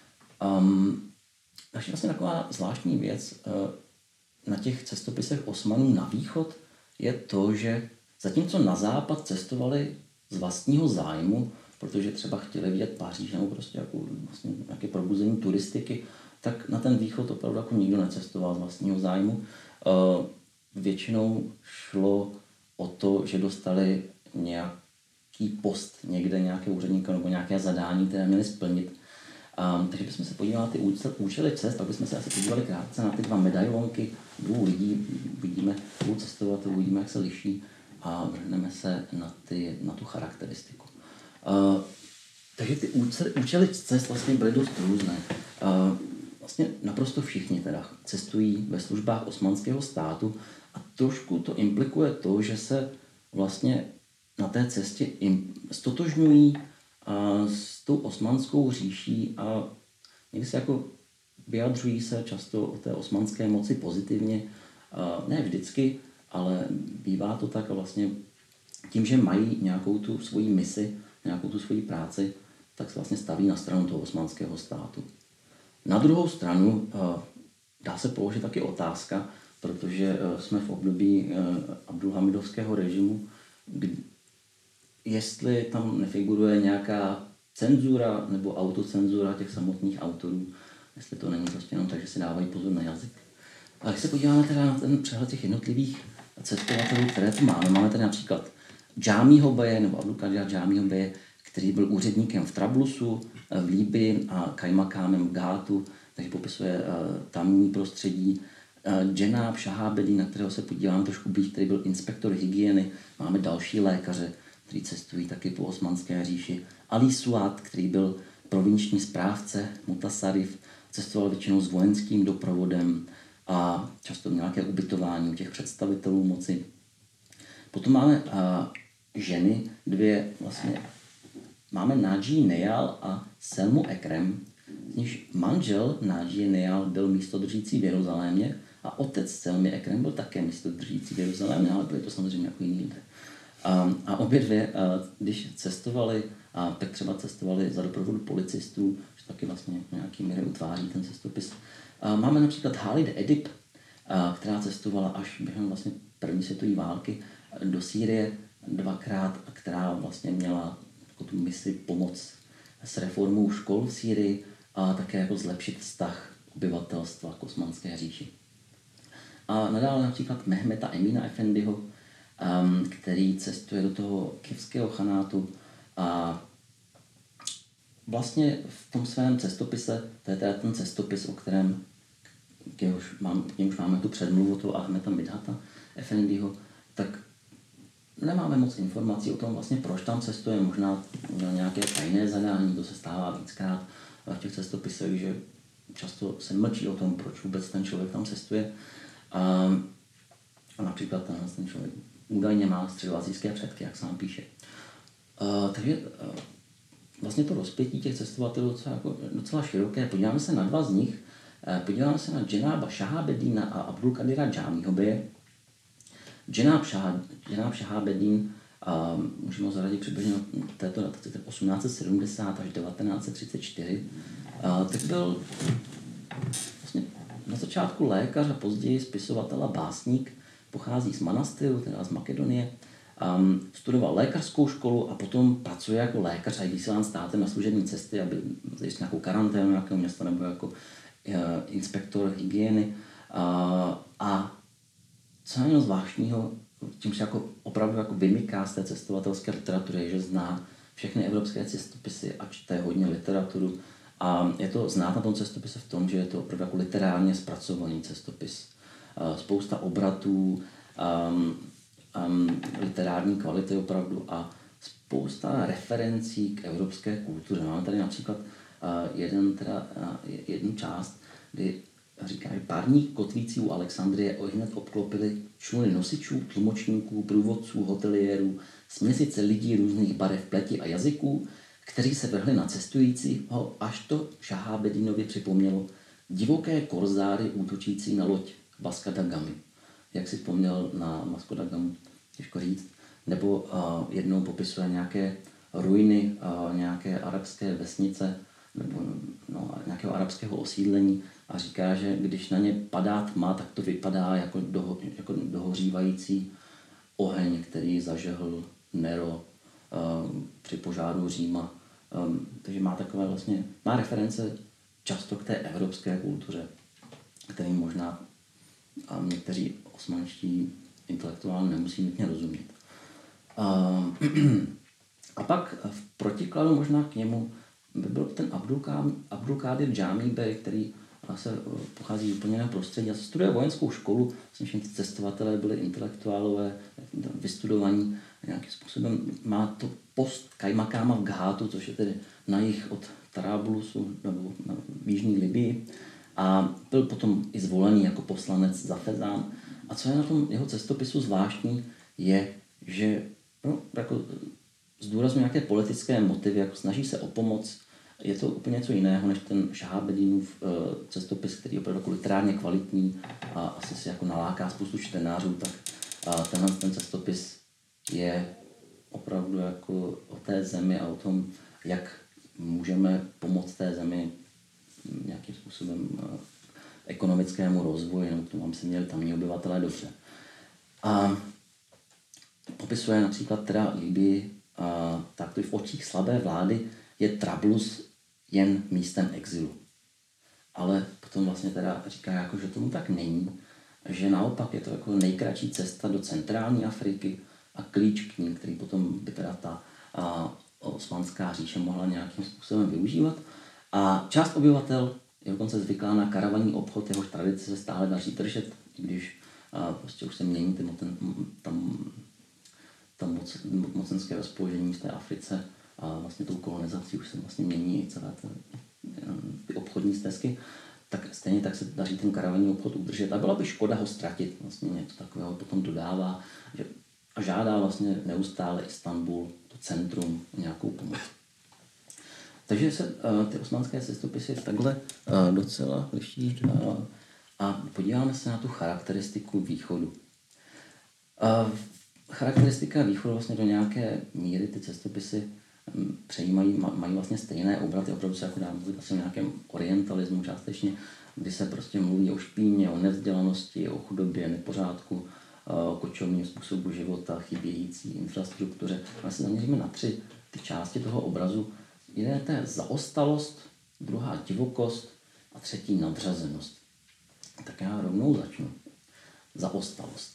Takže vlastně taková zvláštní věc na těch cestopisech Osmanů na východ je to, že zatímco na západ cestovali z vlastního zájmu, protože třeba chtěli vidět Paříž nebo prostě jako vlastně nějaké probuzení turistiky, tak na ten východ opravdu jako nikdo necestoval z vlastního zájmu. Většinou šlo o to, že dostali nějaký post někde, nějaké úředníka nebo nějaké zadání, které měli splnit. Takže bychom se podívali na ty účely cest, tak bychom se asi podívali krátce na ty dva medailonky dvou lidí, vidíme dvou cestovatelů, uvidíme, jak se liší a vrhneme se na tu charakteristiku. Takže ty účely cest vlastně byly dost různé. Vlastně naprosto všichni teda cestují ve službách osmanského státu a trošku to implikuje to, že se vlastně na té cestě stotožňují s tou osmanskou říší a někdy se jako vyjadřují se často o té osmanské moci pozitivně. Ne vždycky, ale bývá to tak a vlastně tím, že mají nějakou tu svoji misi, nějakou tu svoji práci, tak se vlastně staví na stranu toho osmanského státu. Na druhou stranu dá se položit taky otázka, protože jsme v období Abdulhamidovského režimu, jestli tam nefiguruje nějaká cenzura nebo autocenzura těch samotných autorů, jestli to není prostě jenom tak, že si dávají pozor na jazyk. A když se podíváme teda na ten přehled těch jednotlivých cestovatelů, které tu máme, máme tady například Džámího Beje nebo Abdulkadir Džámího Beje, který byl úředníkem v Trablusu, v Líbii a Kajmakámem v Gátu, takže popisuje tamní prostředí. Dženáb Šahábedín, na kterého se podíváme trošku blíž, který byl inspektor hygieny. Máme další lékaře, kteří cestují taky po Osmanské říši. Ali Suad, který byl provinční správce, mutasarif, cestoval většinou s vojenským doprovodem a často nějaké ubytování u těch představitelů moci. Potom máme ženy, dvě vlastně. Máme Nadži Nejal a Selmu Ekrem, z níž manžel Nadži Nejal byl místodržící v Jeruzalémě a otec Selmy Ekrem byl také místodržící v Jeruzalémě, ale byly to samozřejmě jako jiný lidé. A obě dvě, když cestovali, tak třeba cestovali za doprovodu policistů, že taky vlastně nějaký míry utváří ten cestopis. Máme například Halid Edip, která cestovala až během vlastně první světové války do Sýrie dvakrát, a která vlastně měla jako tu misi pomoct s reformou škol v Sýrii a také jako zlepšit vztah obyvatelstva k Osmanské říši. A nadále například Mehmeta Emína Efendiho, který cestuje do toho kyjevského chanátu a vlastně v tom svém cestopise, to je teda ten cestopis, o kterém už máme tu předmluvu toho Ahmeta Midhata Efendiho, tak nemáme moc informací o tom, vlastně proč tam cestuje, možná nějaké tajné zadání, to se stává víckrát v těch cestopisech, že často se mlčí o tom, proč vůbec ten člověk tam cestuje. A například ten člověk údajně má středoasijské předky, jak sám píše. Takže vlastně to rozpětí těch cestovatelů je jako docela široké. Podíváme se na dva z nich. Podíváme se na Dženába Šahábedína a Abdulkadira Džámího Beje. Dženáb Šahábedín, můžeme ho zaradit přibližně na této dataci 1870 až 1934, tak byl vlastně na začátku lékař a později spisovatel a básník, pochází z Manastiru, teda z Makedonie, Studoval lékařskou školu a potom pracuje jako lékař a je vysílán státem na služební cesty, aby zajistil nějakou karanténu nějakého města nebo jako inspektor hygieny. A co je zvláštního, tím se jako opravdu jako vymyká z té cestovatelské literatury, že zná všechny evropské cestopisy a čte hodně literaturu. A je to znát na tom cestopise v tom, že je to opravdu jako literárně zpracovaný cestopis. Spousta obratů, literární kvality opravdu a spousta referencí k evropské kultuře. Máme tady například jednu část, kdy říká, že pární kotvící u Alexandrie hned obklopili čluny nosičů, tlumočníků, průvodců, hoteliérů, směsice lidí různých barev pleti a jazyků, kteří se vrhli na cestujícího, až to Šahábedínovi připomnělo divoké korzáry útočící na loď Vasca da Gamy. Jak si vzpomněl na Vasco da Gamu, těžko říct. Nebo jednou popisuje nějaké ruiny, nějaké arabské vesnice, nebo nějakého arabského osídlení a říká, že když na ně padá tma, tak to vypadá jako dohořívající oheň, který zažehl Nero při požáru Říma. Takže má takové má reference často k té evropské kultuře, kterým možná někteří osmanští intelektuálně nemusí nutně rozumět. A pak v protikladu možná k němu by byl ten Abdulkádir Džámí Bey, který se pochází z úplně jiného prostředí a studuje vojenskou školu. Myslím, že ty cestovatelé byli intelektuálové, vystudovaní nějakým způsobem. Má to post Kajmakáma v Ghátu, což je tedy na jih od Tarablusu nebo v jižní Libii. A byl potom i zvolený jako poslanec za Fezán. A co je na tom jeho cestopisu zvláštní, je, že jako zdůrazňuje nějaké politické motivy, jako snaží se o pomoc. Je to úplně něco jiného, než ten Šahábedínův cestopis, který je opravdu jako literárně kvalitní a asi si jako naláká spoustu čtenářů, tak ten cestopis je opravdu jako o té zemi a o tom, jak můžeme pomoct té zemi nějakým způsobem ekonomickému rozvoji, nebo k tomu, aby se měli tamní obyvatelé dobře. A popisuje například teda Libii, tak to v očích slabé vlády je Trablus jen místem exilu. Ale potom vlastně teda říká, jako, že tomu tak není, že naopak je to jako nejkratší cesta do centrální Afriky a klíč k ní, který potom by teda ta Osmanská říše mohla nějakým způsobem využívat. A část obyvatel je dokonce zvyklá na karavanní obchod, jehož tradice se stále daří držet, když prostě už se mění mocenské rozpoložení v té Africe a vlastně tou kolonizací už se vlastně mění celé ty obchodní stezky, tak stejně tak se daří ten karavanní obchod udržet a byla by škoda ho ztratit. Vlastně něco takového potom dodává a žádá vlastně neustále Istanbul, to centrum, nějakou pomoc. Takže se ty osmanské cestopisy takhle docela liší a podíváme se na tu charakteristiku východu. Charakteristika východu vlastně do nějaké míry ty cestopisy mají vlastně stejné obraty, opravdu se jako dá mluvit asi o nějakém orientalismu částečně, kdy se prostě mluví o špíně, o nevzdělanosti, o chudobě, nepořádku, o kočovním způsobu života, chybějící infrastruktuře. A se zaměříme na tři ty části toho obrazu. Jedna je zaostalost, druhá divokost a třetí nadřazenost. Tak já rovnou začnu. Zaostalost.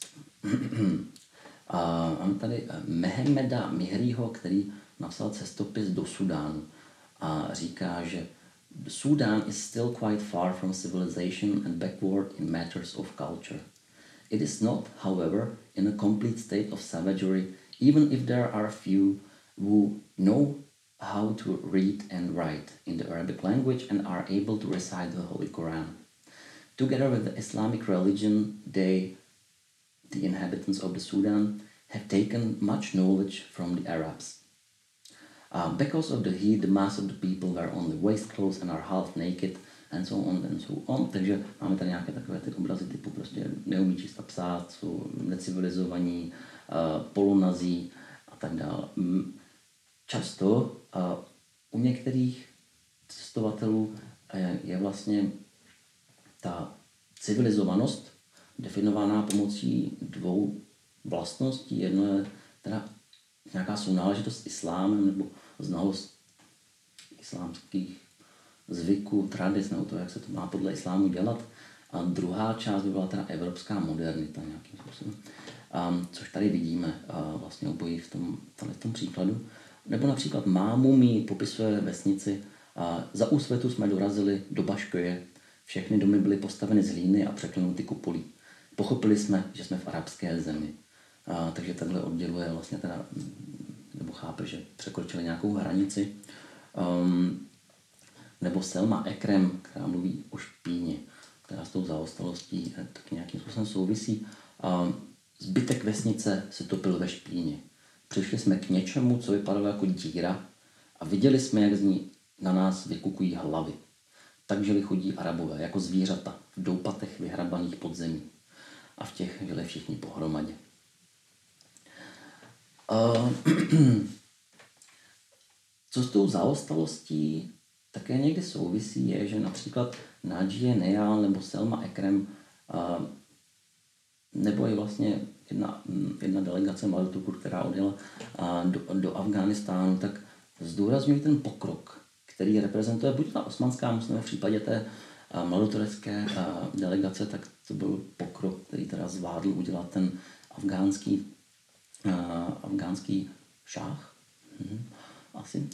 A mám tady Mehmeda Mihriho, který napsal cestopis do Sudánu a říká, že Sudan is still quite far from civilization and backward in matters of culture. It is not, however, in a complete state of savagery, even if there are few who know how to read and write in the Arabic language and are able to recite the Holy Quran. Together with the Islamic religion, the inhabitants of the Sudan, have taken much knowledge from the Arabs. Because of the heat, the mass of the people wear only waist clothes and are half naked, and so on and so on. Takže máme tady nějaké takové ty obrazy typu prostě neumí číst a psát, jsou necivilizovaní, polonazí a tak dále. Často u některých cestovatelů je vlastně ta civilizovanost definovaná pomocí dvou vlastností. Jedno je teda nějaká sounáležitost s islámem nebo znalost islámských zvyků, tradic, nebo to, jak se to má podle islámu dělat. A druhá část by byla teda evropská modernita nějakým způsobem. Což tady vidíme vlastně obojí v tom příkladu. Nebo například mámu mi popisuje vesnici. Za úsvitu jsme dorazili do Baškoje. Všechny domy byly postaveny z hlíny a překlenuty kupolí. Pochopili jsme, že jsme v arabské zemi. Takže takhle odděluje vlastně teda, nebo chápe, že překročili nějakou hranici. Nebo Selma Ekrem, která mluví o špíně, která s tou zaostalostí tak nějakým způsobem souvisí. Zbytek vesnice se topil ve špíně. Přišli jsme k něčemu, co vypadalo jako díra a viděli jsme, jak z ní na nás vykukují hlavy. Tak žili chodí Arabové, jako zvířata, v doupatech vyhrabaných pod zemí. A v těch žili všichni pohromadě. Co s tou zaostalostí také někdy souvisí, je, že například Nadžie Nejal nebo Selma Ekrem nebo i vlastně jedna delegace Mladého Turku, která odjela do Afghánistánu, tak zdůrazňují ten pokrok, který reprezentuje buď ta osmanská muslima v případě té mladoturecké delegace, tak to byl pokrok, který teda zvládl udělat ten afgánský šáh. Asi.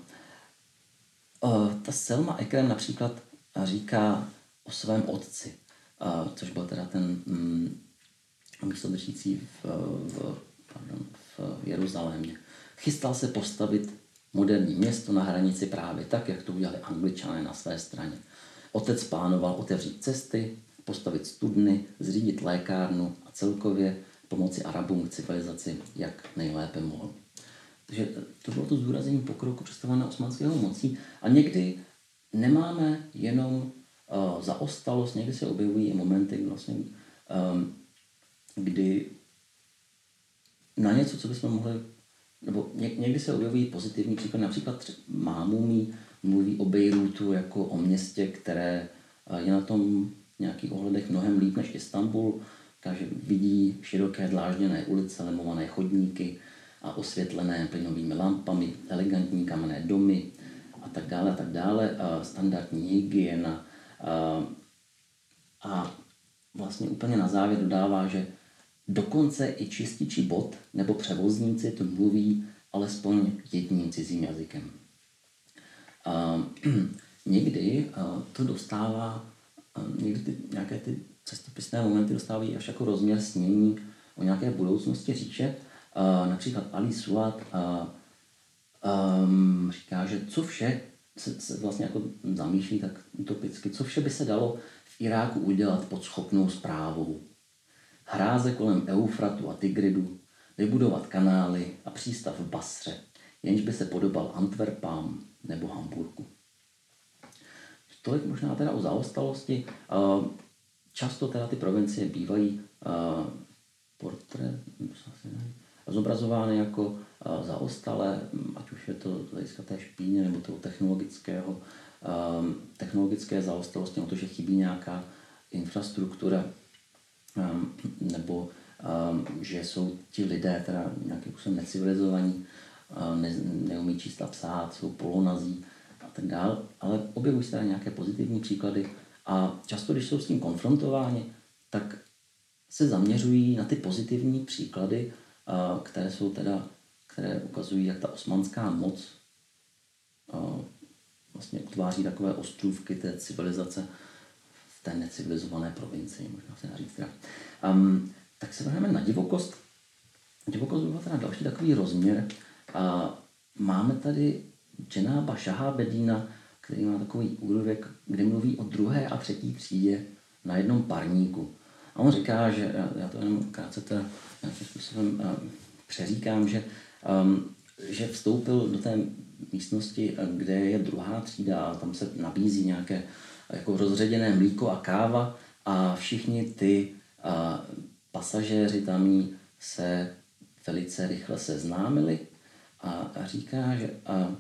Ta Selma Ekrem například říká o svém otci, což byl teda ten místodržící v Jeruzalémě. Chystal se postavit moderní město na hranici právě tak, jak to udělali Angličané na své straně. Otec plánoval otevřít cesty, postavit studny, zřídit lékárnu a celkově pomoci Arabům k civilizaci, jak nejlépe mohl. Takže to bylo to zdůraznění pokroku představovaného osmanského mocí. A někdy nemáme jenom zaostalost, někdy se objevují i momenty, vlastně, kdy na něco, co bychom mohli, nebo někdy se objevují pozitivní příklady, například Mámumi mluví o Bejrútu jako o městě, které je na tom v nějakých ohledech mnohem líp než Istanbul, takže vidí široké dlážděné ulice, lemované chodníky a osvětlené plynovými lampami, elegantní kamenné domy a tak dále, standardní hygiena a vlastně úplně na závěr dodává, že dokonce i čističi bot nebo převozníci to mluví alespoň jedním cizím jazykem. Někdy to dostává, někdy nějaké ty cestopisné momenty dostávají až jako rozměr snění o nějaké budoucnosti říše. Například Ali Suad říká, že co vše se vlastně jako zamýšlí tak utopicky, co vše by se dalo v Iráku udělat pod schopnou správou. Hráze kolem Eufratu a Tigridu, vybudovat kanály a přístav v Basře, jenž by se podobal Antwerpám nebo Hamburgu. Tolik možná teda o zaostalosti. Často teda ty provincie bývají zobrazovány jako zaostalé, ať už je to z hlediska té špíně nebo toho technologické zaostalosti, nebo to, že chybí nějaká infrastruktura, nebo že jsou ti lidé teda nějakým způsobem necivilizovaní, neumí číst a psát, jsou polonazí a tak dále, ale objevují se teda nějaké pozitivní příklady a často, když jsou s tím konfrontováni, tak se zaměřují na ty pozitivní příklady, které ukazují, jak ta osmanská moc vlastně utváří takové ostrůvky té civilizace v té necivilizované provincii, možná se dá říct. Tak se vrhneme na divokost. Divokost byla teda další takový rozměr. Máme tady Dženába Šahábedína, který má takový úryvek, kde mluví o 2. a 3. třídě na jednom parníku. A on říká, že, já to jenom krátce teda nějakým způsobem přeříkám, že vstoupil do té místnosti, kde je 2. třída a tam se nabízí nějaké jako rozředěné mlíko a káva a všichni ty pasažéři tam se velice rychle seznámili a říká, že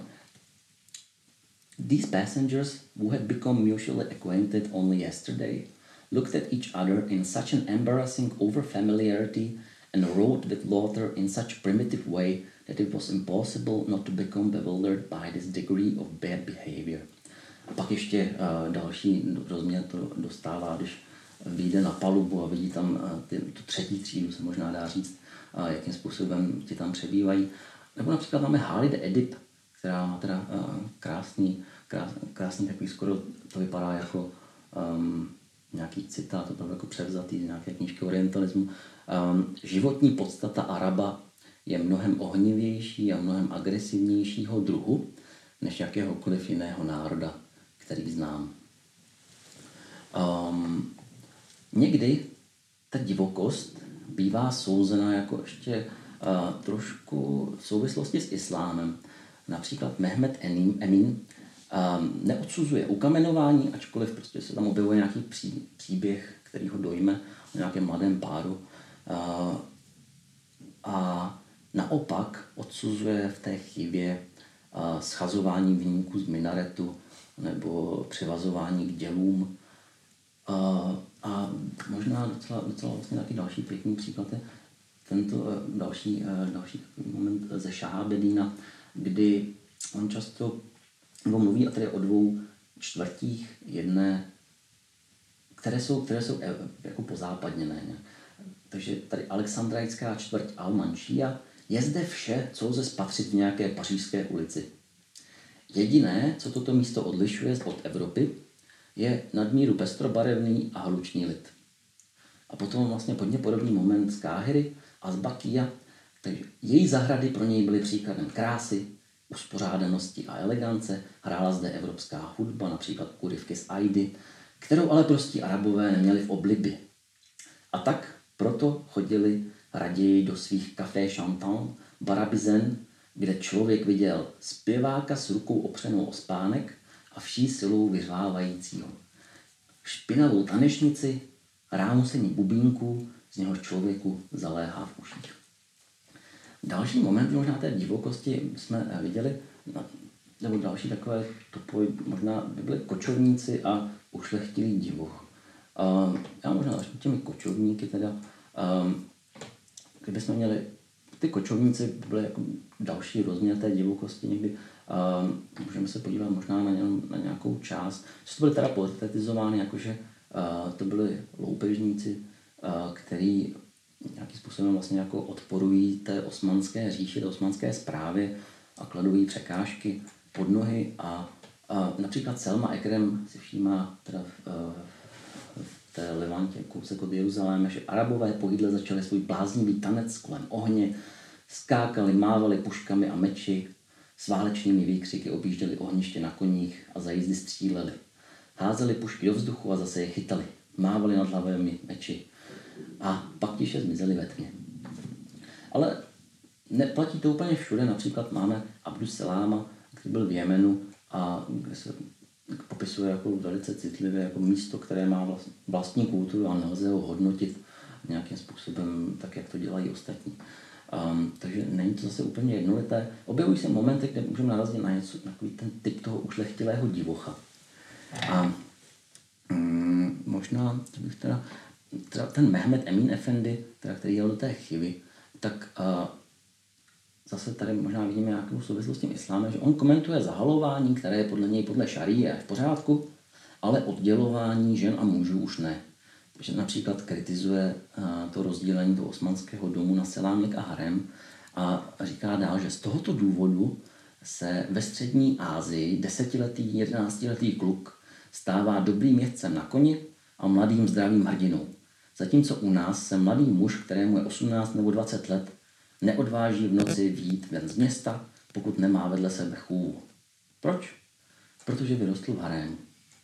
these passengers who had become mutually acquainted only yesterday looked at each other in such an embarrassing overfamiliarity and wrote with Luther in such primitive way that it was impossible not to become bewildered by this degree of bad behavior. A pak ještě další rozměr to dostává, když vyjde na palubu a vidí tam tu třetí třídu, se možná dá říct, jakým způsobem ti tam přebývají. Nebo například máme Halide Edip, která má teda krásný takový, skoro to vypadá jako nějaký citát, to bylo jako převzatý z nějaké knížky orientalismu. Životní podstata Araba je mnohem ohnivější a mnohem agresivnějšího druhu, než jakéhokoliv jiného národa, který znám. Někdy ta divokost bývá souzena jako ještě trošku v souvislosti s islámem. Například Mehmet Emin neodsuzuje ukamenování, ačkoliv prostě se tam objevuje nějaký příběh, který ho dojme o nějakém mladém páru. A naopak odsuzuje v té chybě schazování viníků z minaretu nebo přivazování k dělům. A možná docela vlastně nějaký další pěkný příklad je tento další moment ze Šahábedína, kdy on často mluví a tady o 2/4 jedné, které jsou jako pozápadněné. Ne? Takže tady Alexandrijská čtvrť Al-Manšija je zde vše, co lze spatřit v nějaké pařížské ulici. Jediné, co toto místo odlišuje od Evropy, je nadmíru pestrobarevný a hlučný lid. A potom vlastně hodně podobný moment z Káhiry a z Bakija. Takže její zahrady pro něj byly příkladem krásy, uspořádanosti a elegance. Hrála zde evropská hudba, například úryvky z Aidy, kterou ale prostí Arabové neměli v oblibě. A tak proto chodili raději do svých café chantant, barabizen, kde člověk viděl zpěváka s rukou opřenou o spánek a vší silou vyřvávajícího. Špinavou tanečnici, rámusení bubínku, z něhož člověku zaléhá v uších. Další moment možná té divokosti jsme viděli, nebo další takové topoj, možná by byli kočovníci a ušlechtilý divoch. Já možná začnu těmi kočovníky teda. Kdybychom měli, ty kočovníci byly jako další rozměr té divokosti někdy. Můžeme se podívat možná na nějakou část. To byly teda portretizovány, jakože to byli loupežníci, který nějakým způsobem vlastně jako odporují té osmanské říši, té osmanské správě a kladují překážky pod nohy a například Selma Ekrem si všímá teda v té Levantě, kousek od Jeruzaléma, že Arabové po jídle začali svůj bláznivý tanec kolem ohně, skákali, mávali puškami a meči, s válečnými výkřiky objížděli ohniště na koních a za jízdy stříleli. Házeli pušky do vzduchu a zase je chytali, mávali nad hlavami meči a pak tiše zmizeli ve tmě. Ale neplatí to úplně všude, například máme Abdus Saláma, který byl v Jemenu a kde se popisuje jako velice citlivě jako místo, které má vlastní kulturu a nelze ho hodnotit nějakým způsobem tak, jak to dělají ostatní. Takže není to zase úplně jednolité. Objevují se momenty, kde můžeme narazit na něco, takový ten typ toho ušlechtilého divocha. A možná bych teda ten Mehmet Emin Efendi, který jel do té Chivy, tak zase tady možná vidíme nějakou souvislost s tím islámem, že on komentuje zahalování, které je podle něj podle šaríje v pořádku, ale oddělování žen a mužů už ne. Takže například kritizuje to rozdělení toho osmanského domu na selámlik a harem a říká dál, že z tohoto důvodu se ve střední Asii 10letý, 11letý kluk stává dobrým jezdcem na koni a mladým zdravým hrdinou. Zatímco u nás se mladý muž, kterému je 18 nebo 20 let, neodváží v noci vyjít ven z města, pokud nemá vedle sebe chůvu. Proč? Protože vyrostl v harému.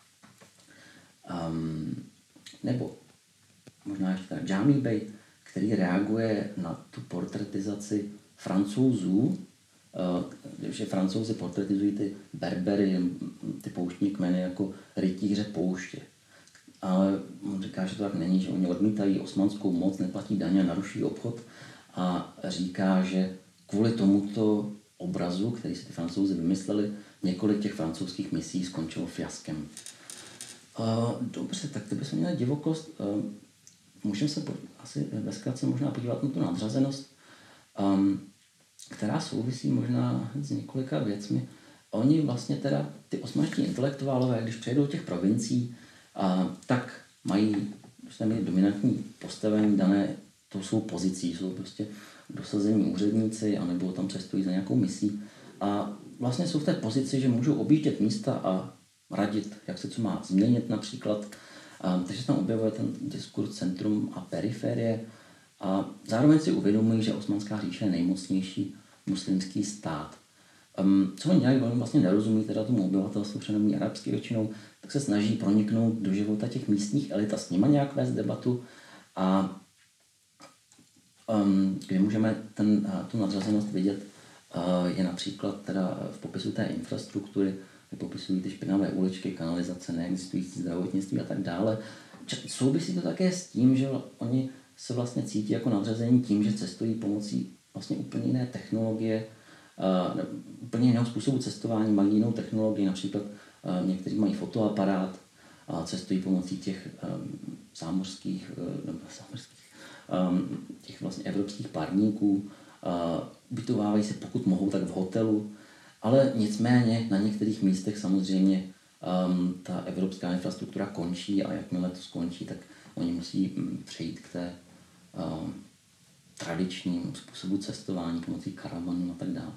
Nebo možná ještě teda Jami Bey, který reaguje na tu portretizaci Francouzů, že Francouzi portretizují ty Berbery, ty pouštní kmeny jako rytíře pouště. Ale on říká, že to tak není, že oni odmítají osmanskou moc, neplatí daně, naruší obchod a říká, že kvůli tomuto obrazu, který si ty Francouzi vymysleli, několik těch francouzských misí skončilo fiaskem. Dobře, tak to bychom měli divokost. můžeme se asi ve zkratce možná podívat na tu nadřazenost, která souvisí možná s několika věcmi. Oni vlastně teda, ty osmanští intelektuálové, když přejdou do těch provincií, tak mají dominantní postavení dané tou svou pozicí, jsou prostě dosazení úředníci, anebo tam cestují za nějakou misí a vlastně jsou v té pozici, že můžou objíždět místa a radit, jak se co má změnit například. Takže tam objevuje ten diskurs centrum a periferie a zároveň si uvědomují, že Osmanská říše je nejmocnější muslimský stát. Co oni dělají, oni vlastně nerozumí teda tomu obyvatelstvu, protože nemluví arabsky většinou, tak se snaží proniknout do života těch místních elit a s nimi nějak vést debatu a kde můžeme tu nadřazenost vidět, je například teda v popisu té infrastruktury, kde popisují ty špinavé uličky, kanalizace, neexistující zdravotnictví a tak dále. Souvisí to také s tím, že oni se vlastně cítí jako nadřazení tím, že cestují pomocí vlastně úplně jiné technologie, úplně jiného způsobu cestování, mají jinou technologii, například někteří mají fotoaparát, cestují pomocí těch zámořských těch vlastně evropských parníků, ubytovávají se pokud mohou tak v hotelu, ale nicméně na některých místech samozřejmě ta evropská infrastruktura končí a jakmile to skončí, tak oni musí přejít k té tradičnímu způsobu cestování pomocí karavanů a tak dále.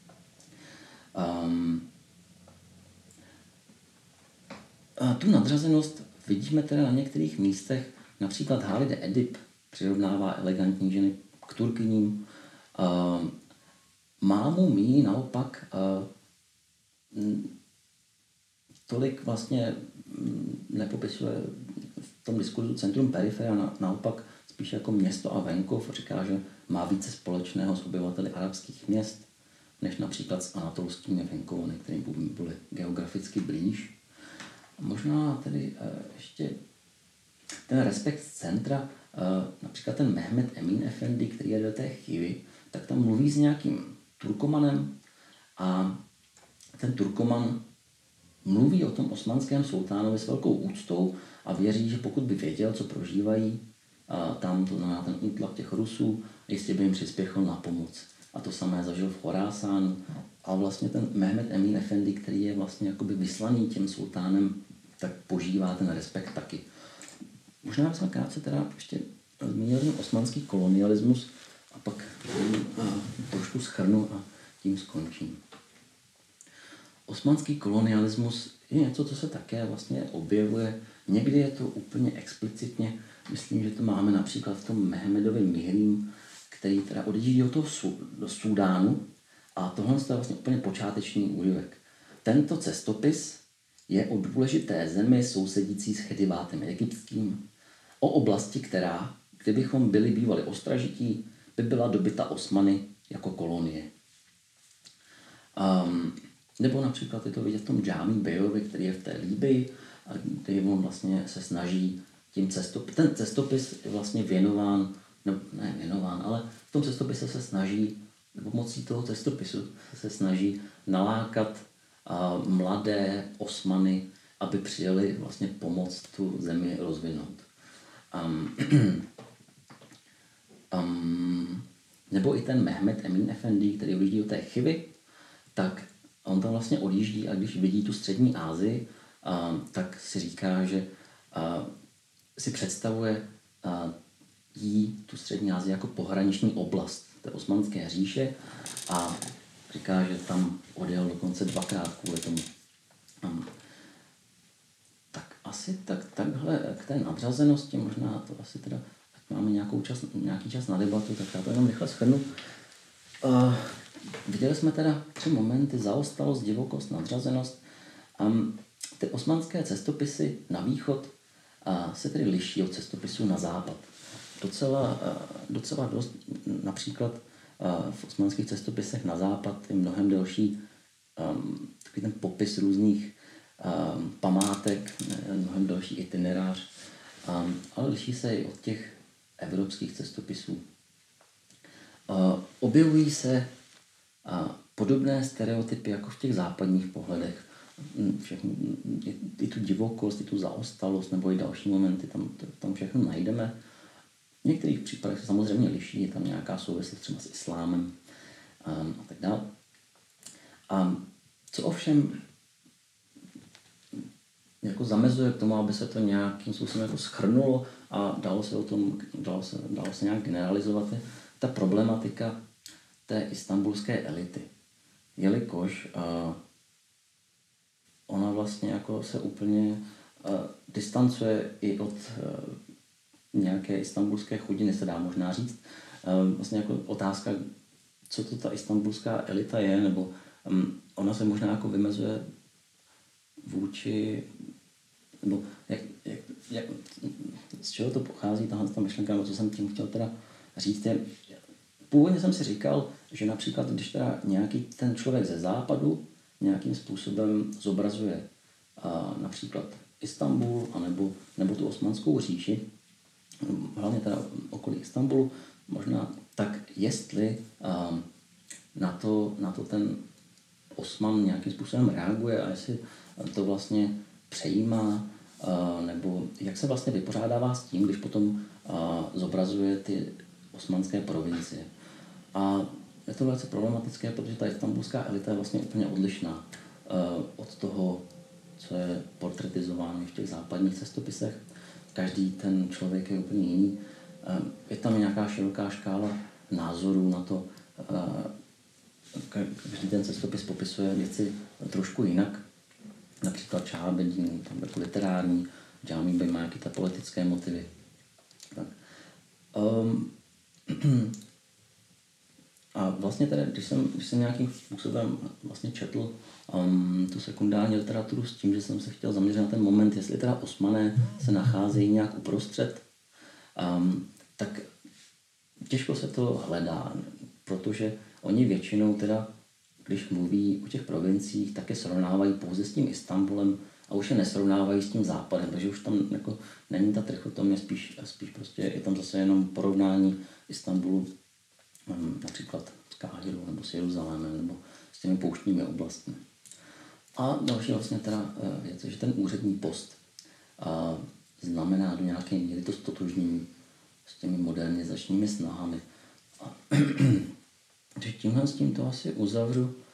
Tu nadřazenost vidíme teda na některých místech, například Halide Edip přirovnává elegantní ženy k Turkyním. Mámu mí naopak tolik vlastně nepopisuje v tom diskurzu centrum periferia, naopak spíš jako město a venkov. Říká, že má více společného s obyvateli arabských měst, než například s anatolskými venkovany, kterým byly geograficky blíž. Možná tedy ještě ten respekt z centra, například ten Mehmed Emin Efendi, který je do té Chivy, tak tam mluví s nějakým Turkomanem a ten Turkoman mluví o tom osmanském sultánovi s velkou úctou a věří, že pokud by věděl, co prožívají tam, to znamená ten útlak těch Rusů, jistě by jim přispěchl na pomoc. A to samé zažil v Chorásánu. A vlastně ten Mehmed Emin Efendi, který je vlastně jakoby vyslaný tím sultánem, tak požívá ten respekt taky. Možná bychom krátce teda ještě zmínili ten osmanský kolonialismus a pak trošku shrnu a tím skončím. Osmanský kolonialismus je něco, co se také vlastně objevuje. Někdy je to úplně explicitně, myslím, že to máme například v tom Mehmedovi Mihrím, který teda odjíždí do Súdánu a tohle je vlastně úplně počáteční úryvek. Tento cestopis je o důležité zemi sousedící s Chedivátem egyptským, o oblasti, která, kdybychom byli bývali ostražití, by byla dobyta Osmany jako kolonie. Nebo například je to vidět v tom Džámí Bejovi, který je v té Líbii, kde on vlastně se snaží ten cestopis je vlastně věnován, ne věnován, ale v tom cestopise se snaží, pomocí toho cestopisu se snaží nalákat mladé Osmany, aby přijeli vlastně pomoct tu zemi rozvinout. Nebo i ten Mehmed Emin Efendi, který odjíždí do té Chivy, tak on tam vlastně odjíždí a když vidí tu střední Asii, tak si říká, že si představuje tu střední Asii jako pohraniční oblast té Osmanské říše a říká, že tam odjel dokonce dvakrát kvůli tomu. Tak asi takhle k té nadřazenosti, možná to asi teda, tak máme nějaký čas na debatu, tak já to jenom rychle shrnu. Viděli jsme teda 3 momenty: zaostalost, divokost, nadřazenost. Ty osmanské cestopisy na východ se tedy liší od cestopisů na západ. Docela dost, například v osmanských cestopisech na západ je mnohem delší takový ten popis různých památek, mnohem delší itinerář, ale liší se i od těch evropských cestopisů. Objevují se podobné stereotypy jako v těch západních pohledech. I tu divokost, i tu zaostalost nebo i další momenty, tam všechno najdeme. V některých případech se samozřejmě liší, je tam nějaká souvislost třeba s islámem a tak dále. A co ovšem jako zamezuje k tomu, aby se to nějakým způsobem jako shrnulo a dalo se nějak generalizovat, je ta problematika té istanbulské elity. Jelikož ona vlastně jako se úplně distancuje i od nějaké istanbulské chudiny, se dá možná říct. Vlastně jako otázka, co to ta istanbulská elita je, nebo ona se možná jako vymezuje vůči, nebo z čeho to pochází, tahle ta myšlenka, no co jsem tím chtěl teda říct, je, původně jsem si říkal, že například, když teda nějaký ten člověk ze západu nějakým způsobem zobrazuje například Istanbul, nebo tu Osmanskou říši, hlavně teda okolí Istanbulu, možná, tak jestli na to ten Osman nějakým způsobem reaguje a jestli to vlastně přejímá, nebo jak se vlastně vypořádává s tím, když potom zobrazuje ty osmanské provincie. A je to velice problematické, protože ta istanbulská elita je vlastně úplně odlišná od toho, co je portretizováno v těch západních cestopisech. Každý ten člověk je úplně jiný. Je tam nějaká široká škála názorů na to. Každý ten cestopis popisuje věci trošku jinak. Například Čábedín, tam jako literární, Džámíbej má nějaké politické motivy. Tak. A vlastně tedy, když jsem nějakým způsobem vlastně četl tu sekundární literaturu s tím, že jsem se chtěl zaměřit na ten moment, jestli teda Osmané se nacházejí nějak uprostřed, tak těžko se to hledá, protože oni většinou teda, když mluví o těch provinciích, tak je srovnávají pouze s tím Istanbulem a už je nesrovnávají s tím západem, takže už tam jako není ta trichotomie, spíš prostě je tam zase jenom porovnání Istanbulu například s Káhirou nebo s Jeruzalémem nebo s těmi pouštními oblastmi. A další vlastně teda věc, že ten úřední post znamená do nějaké míry to stotožnění s těmi modernizačními snahami. Takže tímhle s tím to asi uzavřu